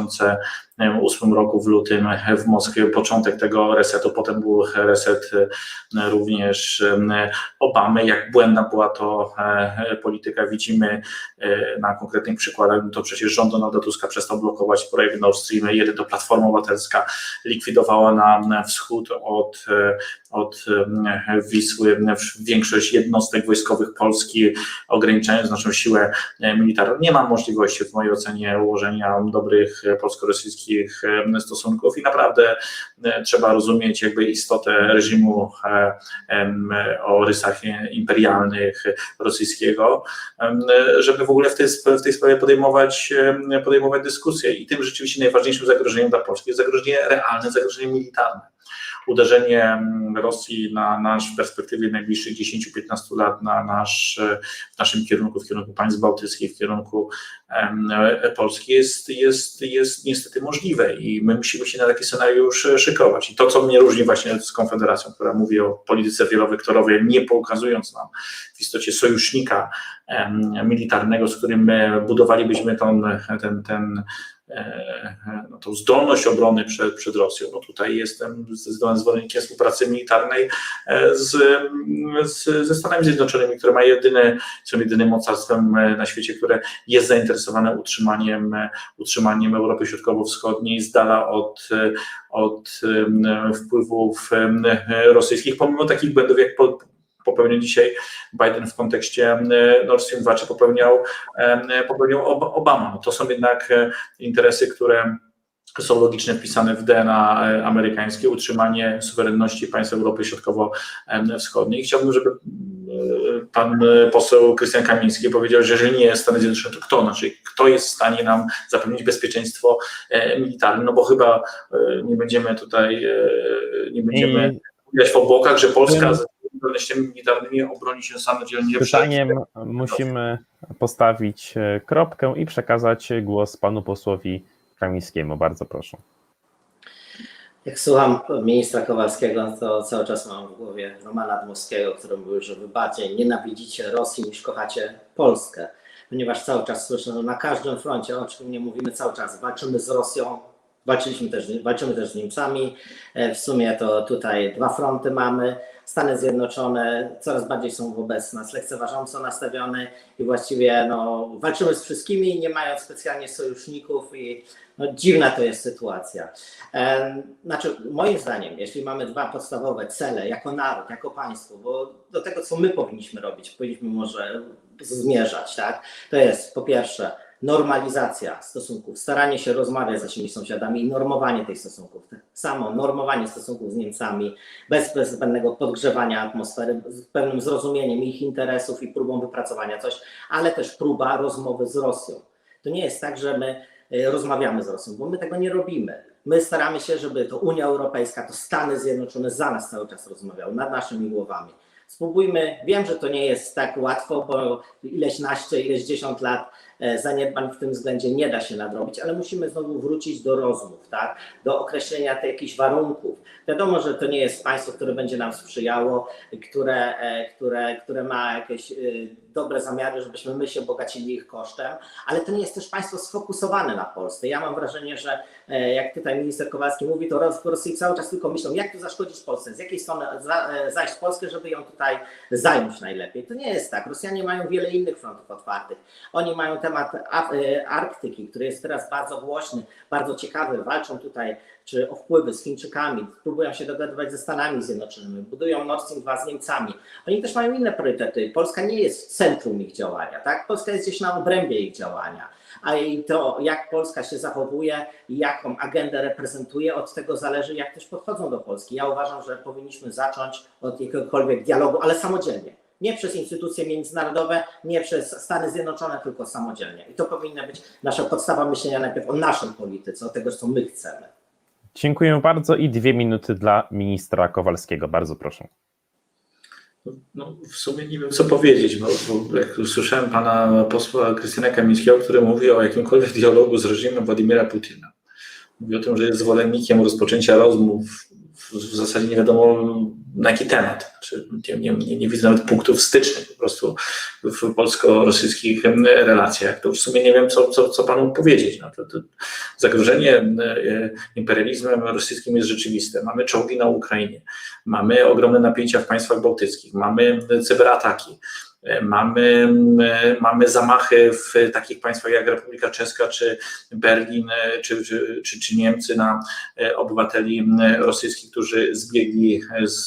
2008 roku w lutym w Moskwie, początek tego resetu, potem był reset również Obamy. Jak błędna była to polityka, widzimy na konkretnych przykładach, to przecież rząd Donalda Tuska przestał blokować projekt Nord Stream 1, to Platforma Obywatelska likwidowała na wschód od Wisły większość jednostek wojskowych Polski, ograniczając naszą siłę militarną. Nie ma możliwości w mojej ocenie ułożenia dobrych polsko-rosyjskich stosunków i naprawdę trzeba rozumieć jakby istotę reżimu o rysach imperialnych rosyjskiego, żeby w ogóle w tej sprawie podejmować dyskusję. I tym rzeczywiście najważniejszym zagrożeniem dla Polski jest zagrożenie realne, zagrożenie militarne. Uderzenie Rosji w perspektywie najbliższych 10-15 lat w naszym kierunku, w kierunku państw bałtyckich, w kierunku Polski jest niestety możliwe i my musimy się na taki scenariusz szykować. I to, co mnie różni właśnie z Konfederacją, która mówi o polityce wielowektorowej, nie pokazując nam w istocie sojusznika militarnego, z którym my budowalibyśmy tą zdolność obrony przed Rosją. No tutaj jestem zdecydowany zwolennikiem współpracy militarnej ze Stanami Zjednoczonymi, które są jedynym mocarstwem na świecie, które jest zainteresowane utrzymaniem Europy Środkowo-Wschodniej z dala od wpływów rosyjskich, pomimo takich błędów, jak popełnił dzisiaj Biden w kontekście Nord Stream 2, czy popełniał Obama. No to są jednak interesy, które są logicznie wpisane w DNA amerykańskie, utrzymanie suwerenności państw Europy Środkowo-Wschodniej. Chciałbym, żeby pan poseł Krystian Kamiński powiedział, że jeżeli nie jest Stany Zjednoczone, to kto? Znaczy, kto jest w stanie nam zapewnić bezpieczeństwo militarne? No bo chyba nie będziemy widać w obłokach, że Polska z zdolnościami militarnymi obroni się samodzielnie. Pytaniem musimy postawić kropkę i przekazać głos panu posłowi Kamińskiemu. Bardzo proszę. Jak słucham ministra Kowalskiego, to cały czas mam w głowie Romana Dmowskiego, który mówił, że wy bardziej nienawidzicie Rosji niż kochacie Polskę. Ponieważ cały czas słyszę, że na każdym froncie, o czym nie mówimy cały czas, walczymy z Rosją, walczymy też z Niemcami. W sumie to tutaj 2 fronty mamy. Stany Zjednoczone coraz bardziej są wobec nas lekceważąco nastawione i właściwie walczymy z wszystkimi, nie mając specjalnie sojuszników i dziwna to jest sytuacja. Znaczy, moim zdaniem, jeśli mamy 2 podstawowe cele jako naród, jako państwo, bo do tego, co my powinniśmy robić, powinniśmy może zmierzać. Tak? To jest po pierwsze normalizacja stosunków, staranie się rozmawiać z naszymi sąsiadami i normowanie tych stosunków. Tak samo normowanie stosunków z Niemcami bez zbędnego podgrzewania atmosfery, z pewnym zrozumieniem ich interesów i próbą wypracowania coś, ale też próba rozmowy z Rosją. To nie jest tak, że my rozmawiamy z Rosją, bo my tego nie robimy. My staramy się, żeby to Unia Europejska, to Stany Zjednoczone za nas cały czas rozmawiały, nad naszymi głowami. Spróbujmy, wiem, że to nie jest tak łatwo, bo ileś dziesiąt lat zaniedbań w tym względzie nie da się nadrobić, ale musimy znowu wrócić do rozmów, tak? Do określenia jakichś warunków. Wiadomo, że to nie jest państwo, które będzie nam sprzyjało, które ma jakieś dobre zamiary, żebyśmy my się bogacili ich kosztem, ale to nie jest też państwo sfokusowane na Polsce. Ja mam wrażenie, że jak tutaj minister Kowalski mówi, to Rosji cały czas tylko myślą, jak tu zaszkodzić Polsce, z jakiej strony zajść Polskę, żeby ją tutaj zająć najlepiej. To nie jest tak. Rosjanie mają wiele innych frontów otwartych. Oni mają temat Arktyki, który jest teraz bardzo głośny, bardzo ciekawy. Walczą tutaj czy o wpływy z Chińczykami, próbują się dogadywać ze Stanami Zjednoczonymi, budują Nord Stream 2 z Niemcami. Oni też mają inne priorytety. Polska nie jest w centrum ich działania, tak? Polska jest gdzieś na obrębie ich działania. A i to, jak Polska się zachowuje i jaką agendę reprezentuje, od tego zależy, jak też podchodzą do Polski. Ja uważam, że powinniśmy zacząć od jakiegokolwiek dialogu, ale samodzielnie. Nie przez instytucje międzynarodowe, nie przez Stany Zjednoczone, tylko samodzielnie. I to powinna być nasza podstawa myślenia najpierw o naszej polityce, o tego, co my chcemy. Dziękuję bardzo i 2 minuty dla ministra Kowalskiego. Bardzo proszę. No, w sumie nie wiem, co powiedzieć, bo jak usłyszałem pana posła Krystiana Kamińskiego, który mówi o jakimkolwiek dialogu z reżimem Władimira Putina. Mówi o tym, że jest zwolennikiem rozpoczęcia rozmów, w zasadzie nie wiadomo na jaki temat. Znaczy, nie widzę nawet punktów stycznych po prostu w polsko-rosyjskich relacjach. To w sumie nie wiem, co panu powiedzieć. No, to zagrożenie imperializmem rosyjskim jest rzeczywiste. Mamy czołgi na Ukrainie, mamy ogromne napięcia w państwach bałtyckich, mamy cyberataki. Mamy zamachy w takich państwach jak Republika Czeska, czy Berlin, czy Niemcy na obywateli rosyjskich, którzy zbiegli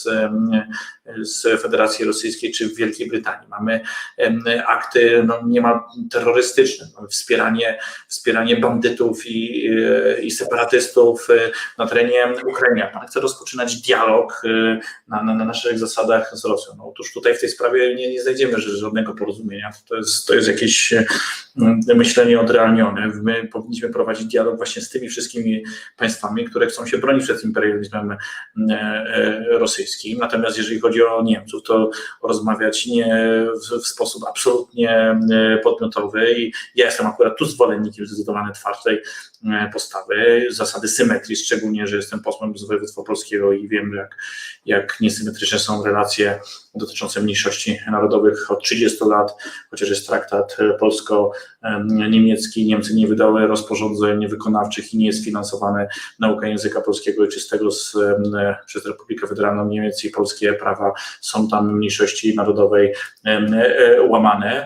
z Federacji Rosyjskiej, czy w Wielkiej Brytanii. Mamy akty niemal terrorystyczne, mamy wspieranie bandytów i separatystów na terenie Ukrainy. Pan chce rozpoczynać dialog na naszych zasadach z Rosją. No, otóż tutaj w tej sprawie nie znajdziemy żadnego porozumienia. To jest jakieś myślenie odrealnione. My powinniśmy prowadzić dialog właśnie z tymi wszystkimi państwami, które chcą się bronić przed imperializmem rosyjskim. Natomiast jeżeli chodzi o Niemców, to rozmawiać nie w sposób absolutnie podmiotowy i ja jestem akurat tu zwolennikiem zdecydowanie twardej postawy, zasady symetrii, szczególnie, że jestem posłem z województwa polskiego i wiem, jak niesymetryczne są relacje dotyczące mniejszości narodowych od 30 lat, chociaż jest traktat polsko-niemiecki. Niemcy nie wydały rozporządzeń wykonawczych i nie jest finansowane nauka języka polskiego i czystego przez Republikę Federalną Niemiec i polskie prawa są tam mniejszości narodowej łamane.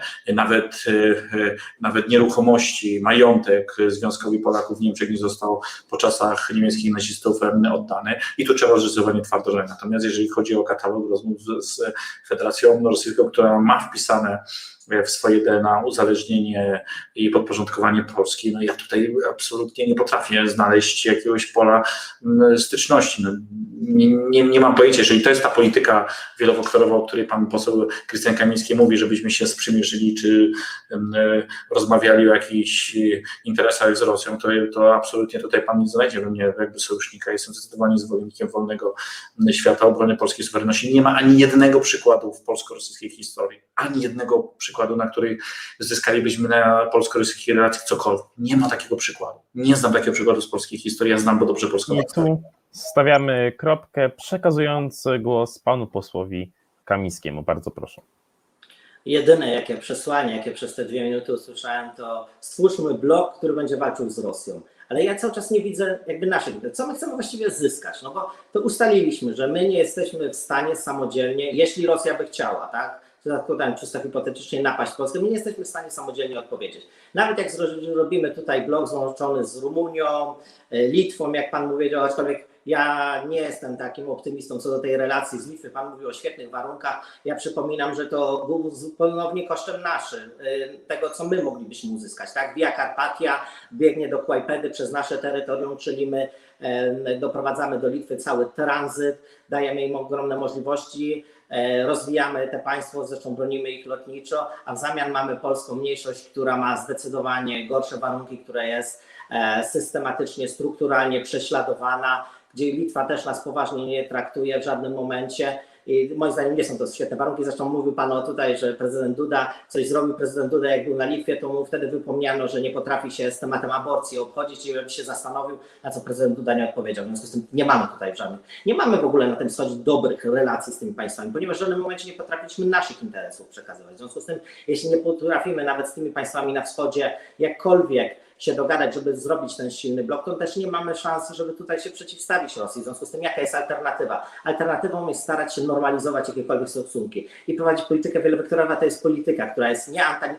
Nawet nieruchomości, majątek Związkowi Polaków w Niemczech nie został po czasach niemieckich nazistów oddany i tu trzeba zdecydowanie twardo rzeć. Natomiast jeżeli chodzi o katalog rozmów z Federacją Rosyjską, która ma wpisane w swoje DNA uzależnienie i podporządkowanie Polski, no ja tutaj absolutnie nie potrafię znaleźć jakiegoś pola styczności. No, nie mam pojęcia, jeżeli to jest ta polityka wielowektorowa, o której pan poseł Krystian Kamiński mówi, żebyśmy się sprzymierzyli, czy rozmawiali o jakichś interesach z Rosją, to absolutnie tutaj pan nie znajdzie we mnie jakby sojusznika. Jestem zdecydowanie zwolennikiem wolnego świata, obrony polskiej suwerenności. Nie ma ani jednego przykładu w polsko-rosyjskiej historii, ani jednego przykładu, na której zyskalibyśmy na polsko-rosyjskich relacjach cokolwiek. Nie ma takiego przykładu. Nie znam takiego przykładu z polskiej historii, ja znam go dobrze polską historię. I tu stawiamy kropkę, przekazując głos panu posłowi Kamińskiemu. Bardzo proszę. Jedyne jakie przesłanie, jakie przez te 2 minuty usłyszałem, to stwórzmy blok, który będzie walczył z Rosją. Ale ja cały czas nie widzę jakby naszych, co my chcemy właściwie zyskać, no bo to ustaliliśmy, że my nie jesteśmy w stanie samodzielnie, jeśli Rosja by chciała, tak, zakładałem czysto hipotetycznie napaść Polskę, my nie jesteśmy w stanie samodzielnie odpowiedzieć. Nawet jak zrobimy tutaj blok złączony z Rumunią, Litwą, jak pan powiedział, aczkolwiek Ja nie jestem takim optymistą co do tej relacji z Litwy. Pan mówił o świetnych warunkach. Ja przypominam, że to było zupełnie kosztem naszym, tego co my moglibyśmy uzyskać. Tak? Via Carpatia biegnie do Kłajpedy przez nasze terytorium, czyli my doprowadzamy do Litwy cały tranzyt, dajemy im ogromne możliwości, rozwijamy te państwo, zresztą bronimy ich lotniczo, a w zamian mamy polską mniejszość, która ma zdecydowanie gorsze warunki, która jest systematycznie, strukturalnie prześladowana, gdzie Litwa też nas poważnie nie traktuje w żadnym momencie. I moim zdaniem nie są to świetne warunki. Zresztą mówił Pan tutaj, że prezydent Duda coś zrobił. Prezydent Duda jak był na Litwie, to mu wtedy wypomniano, że nie potrafi się z tematem aborcji obchodzić i żeby się zastanowił, na co prezydent Duda nie odpowiedział. W związku z tym nie mamy tutaj nie mamy w ogóle na tym wschodzie dobrych relacji z tymi państwami, ponieważ w żadnym momencie nie potrafiliśmy naszych interesów przekazywać. W związku z tym, jeśli nie potrafimy nawet z tymi państwami na wschodzie jakkolwiek się dogadać, żeby zrobić ten silny blok, to też nie mamy szans, żeby tutaj się przeciwstawić Rosji. W związku z tym jaka jest alternatywa? Alternatywą jest starać się normalizować jakiekolwiek stosunki i prowadzić politykę wielowektorową. To jest polityka, która jest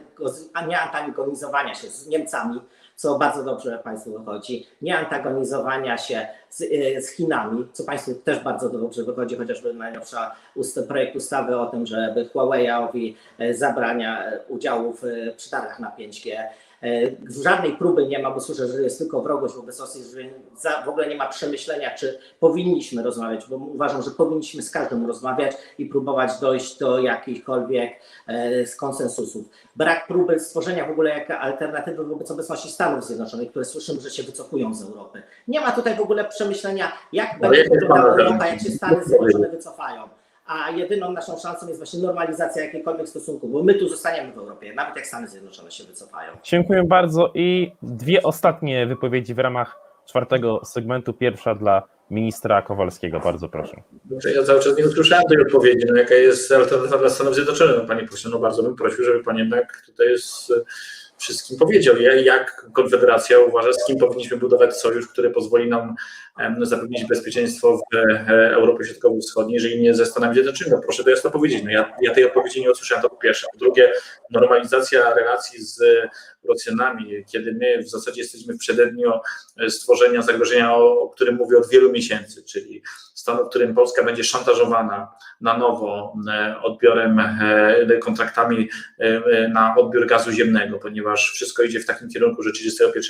nie antagonizowania się z Niemcami, co bardzo dobrze Państwu wychodzi, nie antagonizowania się z Chinami, co Państwu też bardzo dobrze wychodzi, chociażby najnowszy projekt ustawy o tym, żeby Huawei'owi zabrania udziału w przetargach na 5G. Żadnej próby nie ma, bo słyszę, że jest tylko wrogość wobec Rosji, że w ogóle nie ma przemyślenia, czy powinniśmy rozmawiać, bo uważam, że powinniśmy z każdym rozmawiać i próbować dojść do jakichkolwiek konsensusów. Brak próby stworzenia w ogóle jak alternatywy wobec obecności Stanów Zjednoczonych, które słyszymy, że się wycofują z Europy. Nie ma tutaj w ogóle przemyślenia, jak będzie wyglądała Europa, jak się Stany Zjednoczone wycofają. A jedyną naszą szansą jest właśnie normalizacja jakichkolwiek stosunków, bo my tu zostaniemy w Europie, nawet jak Stany Zjednoczone się wycofają. Dziękuję bardzo i dwie ostatnie wypowiedzi w ramach czwartego segmentu. Pierwsza dla ministra Kowalskiego. Bardzo proszę. Ja cały czas nie usłyszałem tej odpowiedzi. Jaka jest alternatywa dla Stanów Zjednoczonych? Panie pośle, bardzo bym prosił, żeby pan jednak tutaj wszystkim powiedział, jak Konfederacja uważa, z kim powinniśmy budować sojusz, który pozwoli nam zapewnić bezpieczeństwo w Europie Środkowo-Wschodniej, jeżeli nie ze Stanami Zjednoczonymi. Proszę to jasno powiedzieć. Ja tej odpowiedzi nie usłyszałem, to po pierwsze. Po drugie, normalizacja relacji z Rosjanami, kiedy my w zasadzie jesteśmy w przededniu stworzenia zagrożenia, o którym mówię od wielu miesięcy, czyli stanu, w którym Polska będzie szantażowana na nowo odbiorem, kontraktami na odbiór gazu ziemnego, ponieważ wszystko idzie w takim kierunku, że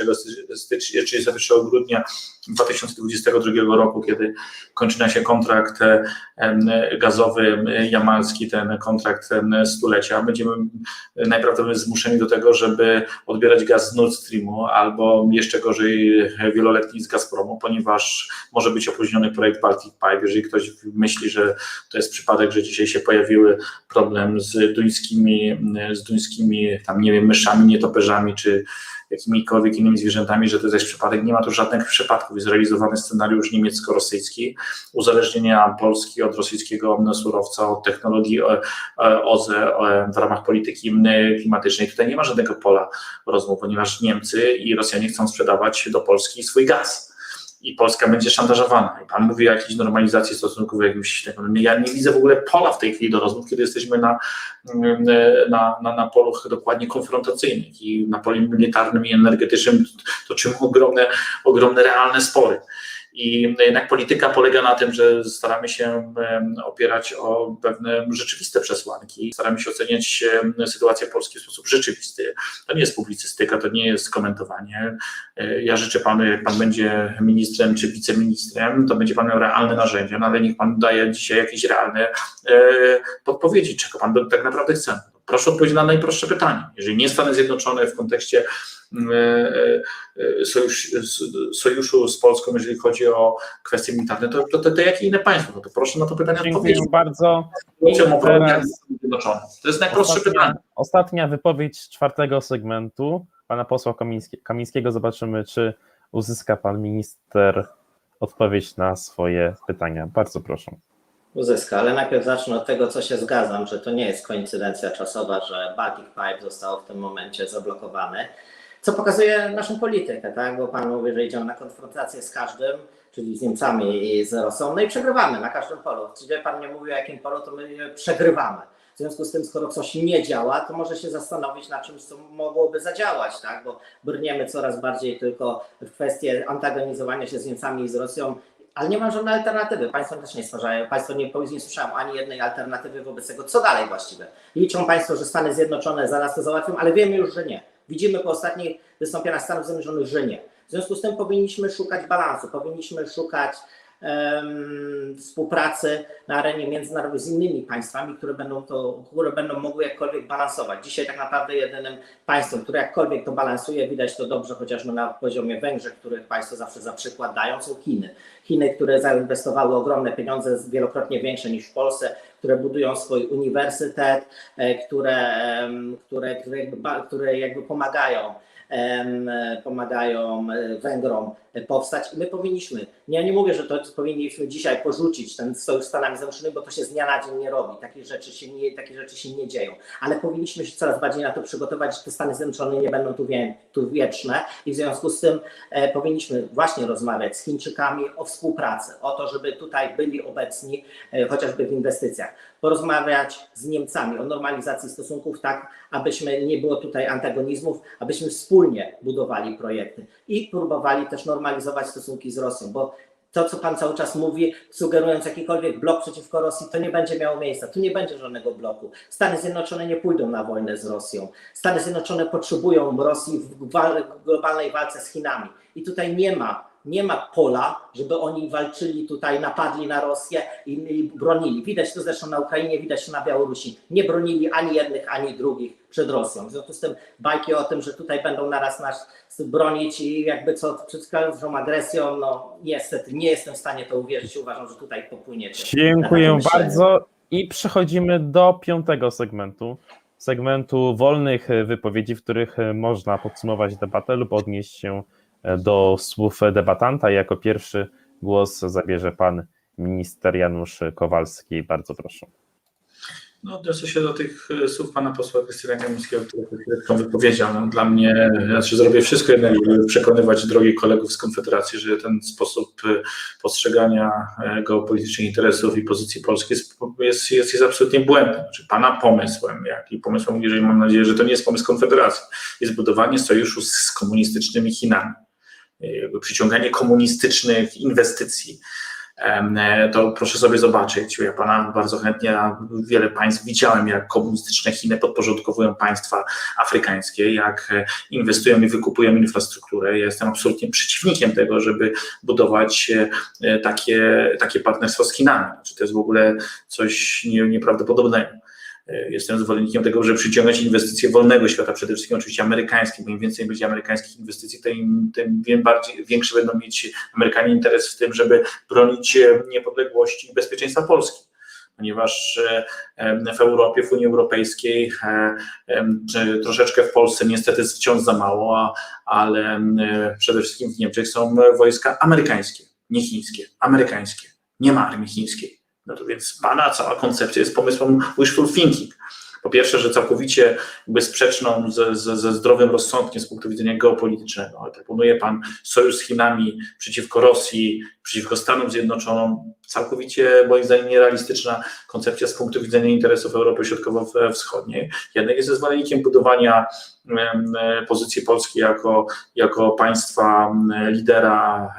31 grudnia 2022 roku, kiedy kończy nam się kontrakt gazowy jamalski, ten kontrakt stulecia, będziemy najprawdopodobniej zmuszeni do tego, żeby odbierać gaz z Nord Streamu albo jeszcze gorzej wieloletni z Gazpromu, ponieważ może być opóźniony projekt Baltic Pipe. Jeżeli ktoś myśli, że to jest przypadek, że dzisiaj się pojawiły problem z duńskimi tam nie wiem, myszami, nietoperzami czy jakimikolwiek innymi zwierzętami, że to jest przypadek. Nie ma tu żadnych przypadków. Jest realizowany scenariusz niemiecko-rosyjski, uzależnienia Polski od rosyjskiego surowca, od technologii OZE w ramach polityki klimatycznej. Tutaj nie ma żadnego pola rozmów, ponieważ Niemcy i Rosjanie chcą sprzedawać do Polski swój gaz. I Polska będzie szantażowana. I pan mówi o jakiejś normalizacji stosunków, jakimś tego. Ja nie widzę w ogóle pola w tej chwili do rozmów, kiedy jesteśmy na polu dokładnie konfrontacyjnych i na polu militarnym i energetycznym toczymy ogromne realne spory. I jednak polityka polega na tym, że staramy się opierać o pewne rzeczywiste przesłanki, staramy się oceniać sytuację Polski w sposób rzeczywisty. To nie jest publicystyka, to nie jest komentowanie. Ja życzę panu, jak pan będzie ministrem czy wiceministrem, to będzie pan miał realne narzędzia, no ale niech pan daje dzisiaj jakieś realne podpowiedzi, czego pan tak naprawdę chce. Proszę odpowiedzieć na najprostsze pytanie. Jeżeli nie Stany Zjednoczone w kontekście sojuszu z Polską, jeżeli chodzi o kwestie militarne, to jakie inne państwo? No to proszę na to pytanie odpowiedzieć. Dziękuję bardzo. To jest najprostsze pytanie. Ostatnia wypowiedź czwartego segmentu pana posła Kamińskiego. Zobaczymy, czy uzyska pan minister odpowiedź na swoje pytania. Bardzo proszę. Uzyska, ale najpierw zacznę od tego, co się zgadzam, że to nie jest koincydencja czasowa, że Baltic Pipe został w tym momencie zablokowany, co pokazuje naszą politykę, tak? Bo pan mówi, że idziemy na konfrontację z każdym, czyli z Niemcami i z Rosją, no i przegrywamy na każdym polu. Czyli pan nie mówi o jakim polu, to my przegrywamy. W związku z tym, skoro coś nie działa, to może się zastanowić nad czymś, co mogłoby zadziałać, tak? Bo brniemy coraz bardziej tylko w kwestię antagonizowania się z Niemcami i z Rosją, ale nie ma żadnej alternatywy. Państwo też nie stwarzają, Państwo nie słyszają ani jednej alternatywy wobec tego, co dalej właściwie. Liczą Państwo, że Stany Zjednoczone zaraz to załatwią, ale wiemy już, że nie. Widzimy po ostatnich wystąpieniach Stanów Zjednoczonych, że nie. W związku z tym powinniśmy szukać balansu, powinniśmy szukać współpracy na arenie międzynarodowej z innymi państwami, które będą mogły jakkolwiek balansować. Dzisiaj tak naprawdę jedynym państwem, które jakkolwiek to balansuje, widać to dobrze chociażby na poziomie Węgier, których Państwo zawsze za przykład dają, są Chiny. Chiny, które zainwestowały ogromne pieniądze, wielokrotnie większe niż w Polsce, które budują swój uniwersytet, które jakby pomagają Węgrom powstać i my powinniśmy, ja nie mówię, że to powinniśmy dzisiaj porzucić ten sojusz z Stanami Zjednoczonymi, bo to się z dnia na dzień nie robi, takie rzeczy się nie dzieją, ale powinniśmy się coraz bardziej na to przygotować, że te Stany Zjednoczone nie będą tu wieczne i w związku z tym powinniśmy właśnie rozmawiać z Chińczykami o współpracy, o to, żeby tutaj byli obecni chociażby w inwestycjach, porozmawiać z Niemcami o normalizacji stosunków tak, abyśmy nie było tutaj antagonizmów, abyśmy wspólnie budowali projekty i próbowali też normalizować stosunki z Rosją, bo to, co Pan cały czas mówi, sugerując jakikolwiek blok przeciwko Rosji, to nie będzie miało miejsca, tu nie będzie żadnego bloku. Stany Zjednoczone nie pójdą na wojnę z Rosją. Stany Zjednoczone potrzebują Rosji w globalnej walce z Chinami i tutaj nie ma pola, żeby oni walczyli tutaj, napadli na Rosję i bronili. Widać to zresztą na Ukrainie, widać to na Białorusi. Nie bronili ani jednych, ani drugich przed Rosją. W związku z tym bajki o tym, że tutaj będą naraz nas bronić i jakby co przedstawią agresją, no niestety nie jestem w stanie to uwierzyć. Uważam, że tutaj popłyniecie. Dziękuję bardzo i przechodzimy do 5. segmentu wolnych wypowiedzi, w których można podsumować debatę lub odnieść się do słów debatanta. Jako pierwszy głos zabierze pan minister Janusz Kowalski. Bardzo proszę. No, odniosę się do tych słów pana posła Krystiana Kamińskiego, który wypowiedział. No, dla mnie, zrobię wszystko jednak, żeby przekonywać drogich kolegów z Konfederacji, że ten sposób postrzegania geopolitycznych interesów i pozycji Polski jest absolutnie błędny. Znaczy, pana pomysłem, jak i pomysłem, jeżeli mam nadzieję, że to nie jest pomysł Konfederacji, jest budowanie sojuszu z komunistycznymi Chinami, przyciąganie komunistycznych inwestycji. To proszę sobie zobaczyć, ja pana bardzo chętnie, wiele państw widziałem, jak komunistyczne Chiny podporządkowują państwa afrykańskie, jak inwestują i wykupują infrastrukturę. Ja jestem absolutnie przeciwnikiem tego, żeby budować takie partnerstwo z Chinami. Znaczy, to jest w ogóle coś nieprawdopodobnego. Jestem zwolennikiem tego, żeby przyciągać inwestycje wolnego świata, przede wszystkim oczywiście amerykańskie, bo im więcej będzie amerykańskich inwestycji, tym większy będą mieć Amerykanie interes w tym, żeby bronić niepodległości i bezpieczeństwa Polski. Ponieważ w Europie, w Unii Europejskiej, troszeczkę w Polsce niestety jest wciąż za mało, ale przede wszystkim w Niemczech są wojska amerykańskie, nie chińskie, amerykańskie. Nie ma armii chińskiej. No to więc pana cała koncepcja jest pomysłem wishful thinking. Po pierwsze, że całkowicie sprzeczną ze zdrowym rozsądkiem z punktu widzenia geopolitycznego. Ale proponuje pan sojusz z Chinami przeciwko Rosji, przeciwko Stanom Zjednoczonym. Całkowicie, moim zdaniem, nierealistyczna koncepcja z punktu widzenia interesów Europy Środkowo-Wschodniej. Jednak jest zwolennikiem budowania pozycji Polski jako państwa lidera,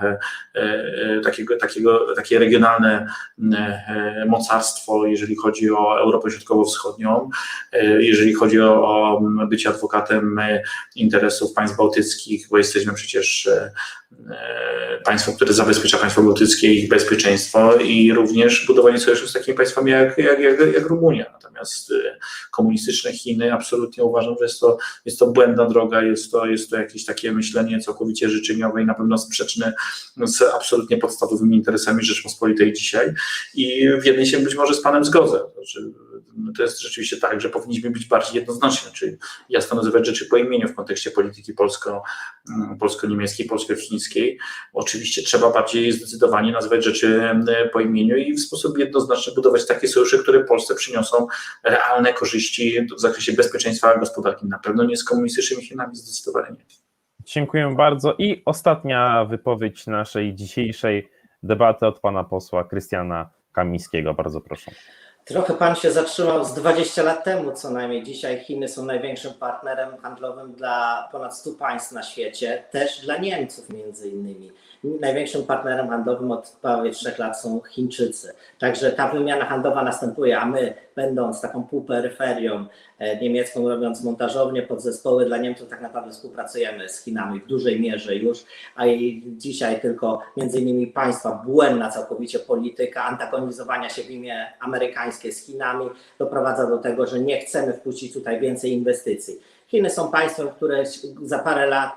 takie regionalne mocarstwo, jeżeli chodzi o Europę Środkowo-Wschodnią, jeżeli chodzi o bycie adwokatem interesów państw bałtyckich, bo jesteśmy przecież państwem, które zabezpiecza państwo bałtyckie i ich bezpieczeństwo, i również budowanie sojuszu z takimi państwami jak Rumunia. Natomiast komunistyczne Chiny, absolutnie uważam, że jest to błędna droga, jest to jakieś takie myślenie całkowicie życzeniowe i na pewno sprzeczne z absolutnie podstawowymi interesami Rzeczpospolitej dzisiaj. I w jednej się być może z panem zgodzę. Znaczy, to jest rzeczywiście tak, że powinniśmy być bardziej jednoznaczni, czyli jasno nazywać rzeczy po imieniu w kontekście polityki polsko-niemieckiej, polsko-chińskiej. Oczywiście trzeba bardziej zdecydowanie nazywać rzeczy po imieniu i w sposób jednoznaczny budować takie sojusze, które Polsce przyniosą realne korzyści w zakresie bezpieczeństwa gospodarki. Na pewno nie z komunistycznymi Chinami, zdecydowanie nie. Dziękuję bardzo. I ostatnia wypowiedź naszej dzisiejszej debaty od pana posła Krystiana Kamińskiego. Bardzo proszę. Trochę pan się zatrzymał z 20 lat temu co najmniej. Dzisiaj Chiny są największym partnerem handlowym dla ponad 100 państw na świecie, też dla Niemców między innymi. Największym partnerem handlowym od prawie 3 lat są Chińczycy. Także ta wymiana handlowa następuje, a my, będąc taką półperyferią niemiecką, robiąc montażownie, podzespoły dla Niemców, tak naprawdę współpracujemy z Chinami w dużej mierze już, a dzisiaj tylko między innymi państwa błędna całkowicie polityka antagonizowania się w imię amerykańskie z Chinami doprowadza do tego, że nie chcemy wpuścić tutaj więcej inwestycji. Chiny są państwem, które za parę lat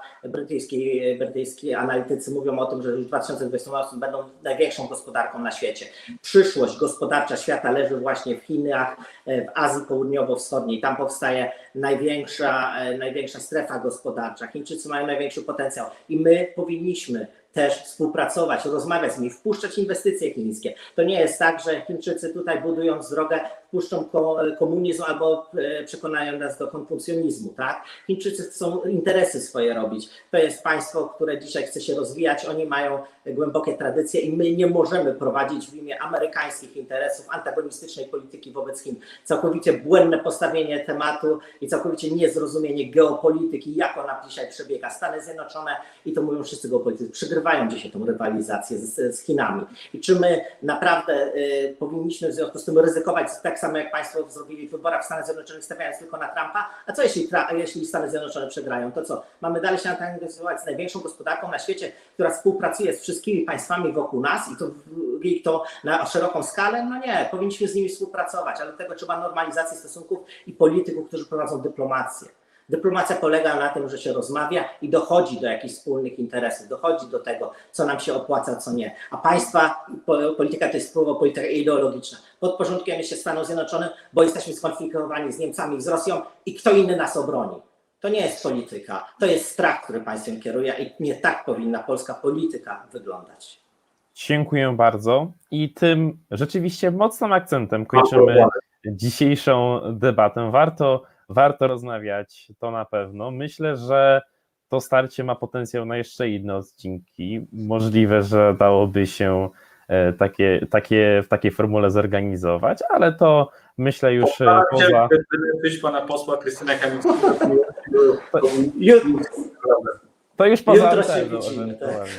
brytyjscy analitycy mówią o tym, że już w 2028 będą największą gospodarką na świecie. Przyszłość gospodarcza świata leży właśnie w Chinach, w Azji Południowo-Wschodniej. Tam powstaje największa strefa gospodarcza. Chińczycy mają największy potencjał i my powinniśmy też współpracować, rozmawiać z nimi, wpuszczać inwestycje chińskie. To nie jest tak, że Chińczycy tutaj budując drogę wpuszczą komunizm albo przekonają nas do konfucjonizmu. Tak? Chińczycy chcą interesy swoje robić. To jest państwo, które dzisiaj chce się rozwijać, oni mają głębokie tradycje i my nie możemy prowadzić w imię amerykańskich interesów antagonistycznej polityki wobec Chin. Całkowicie błędne postawienie tematu i całkowicie niezrozumienie geopolityki, jak ona dzisiaj przebiega. Stany Zjednoczone, i to mówią wszyscy geopolitycy, przegrywają dzisiaj tą rywalizację z Chinami. I czy my naprawdę powinniśmy w związku z tym ryzykować, tak samo jak państwo zrobili w wyborach w Stanach Zjednoczonych, stawiając tylko na Trumpa? A co jeśli Stany Zjednoczone przegrają? To co? Mamy dalej się antagonizować z największą gospodarką na świecie, która współpracuje z wszystkimi państwami wokół nas i to na szeroką skalę? No nie, powinniśmy z nimi współpracować, ale do tego trzeba normalizacji stosunków i polityków, którzy prowadzą dyplomację. Dyplomacja polega na tym, że się rozmawia i dochodzi do jakichś wspólnych interesów, dochodzi do tego, co nam się opłaca, co nie. A państwa, polityka to jest polityka ideologiczna. Podporządkujemy się Stanom Zjednoczonym, bo jesteśmy skonfliktowani z Niemcami, z Rosją i kto inny nas obroni. To nie jest polityka, to jest strach, który państwem kieruje i nie tak powinna polska polityka wyglądać. Dziękuję bardzo i tym rzeczywiście mocnym akcentem kończymy dzisiejszą debatę. Warto rozmawiać, to na pewno. Myślę, że to starcie ma potencjał na jeszcze inne odcinki. Możliwe, że dałoby się w takiej formule zorganizować, ale to myślę już poza... Pana posła Krystyna Kamińskiego. To już poza Jutro się widzimy.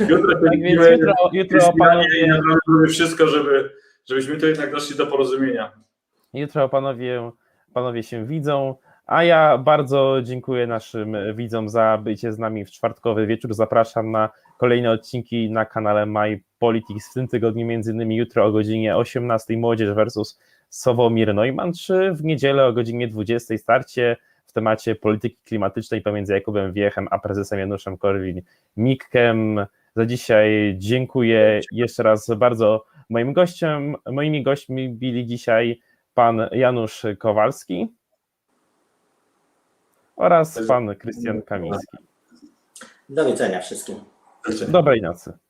Jutro panowie... wszystko, żebyśmy tu jednak doszli do porozumienia. Jutro panowie się widzą, a ja bardzo dziękuję naszym widzom za bycie z nami w czwartkowy wieczór. Zapraszam na kolejne odcinki na kanale My Politics w tym tygodniu, między innymi jutro o godzinie 18 Młodzież versus Sławomir Neumann, czy w niedzielę o godzinie 20 starcie w temacie polityki klimatycznej pomiędzy Jakubem Wiechem a prezesem Januszem Korwin-Mikkem. Za dzisiaj dziękuję jeszcze raz bardzo moim gościom. Moimi gośćmi byli dzisiaj pan Janusz Kowalski oraz pan Krystian Kamiński. Do widzenia wszystkim. Dobrej nocy.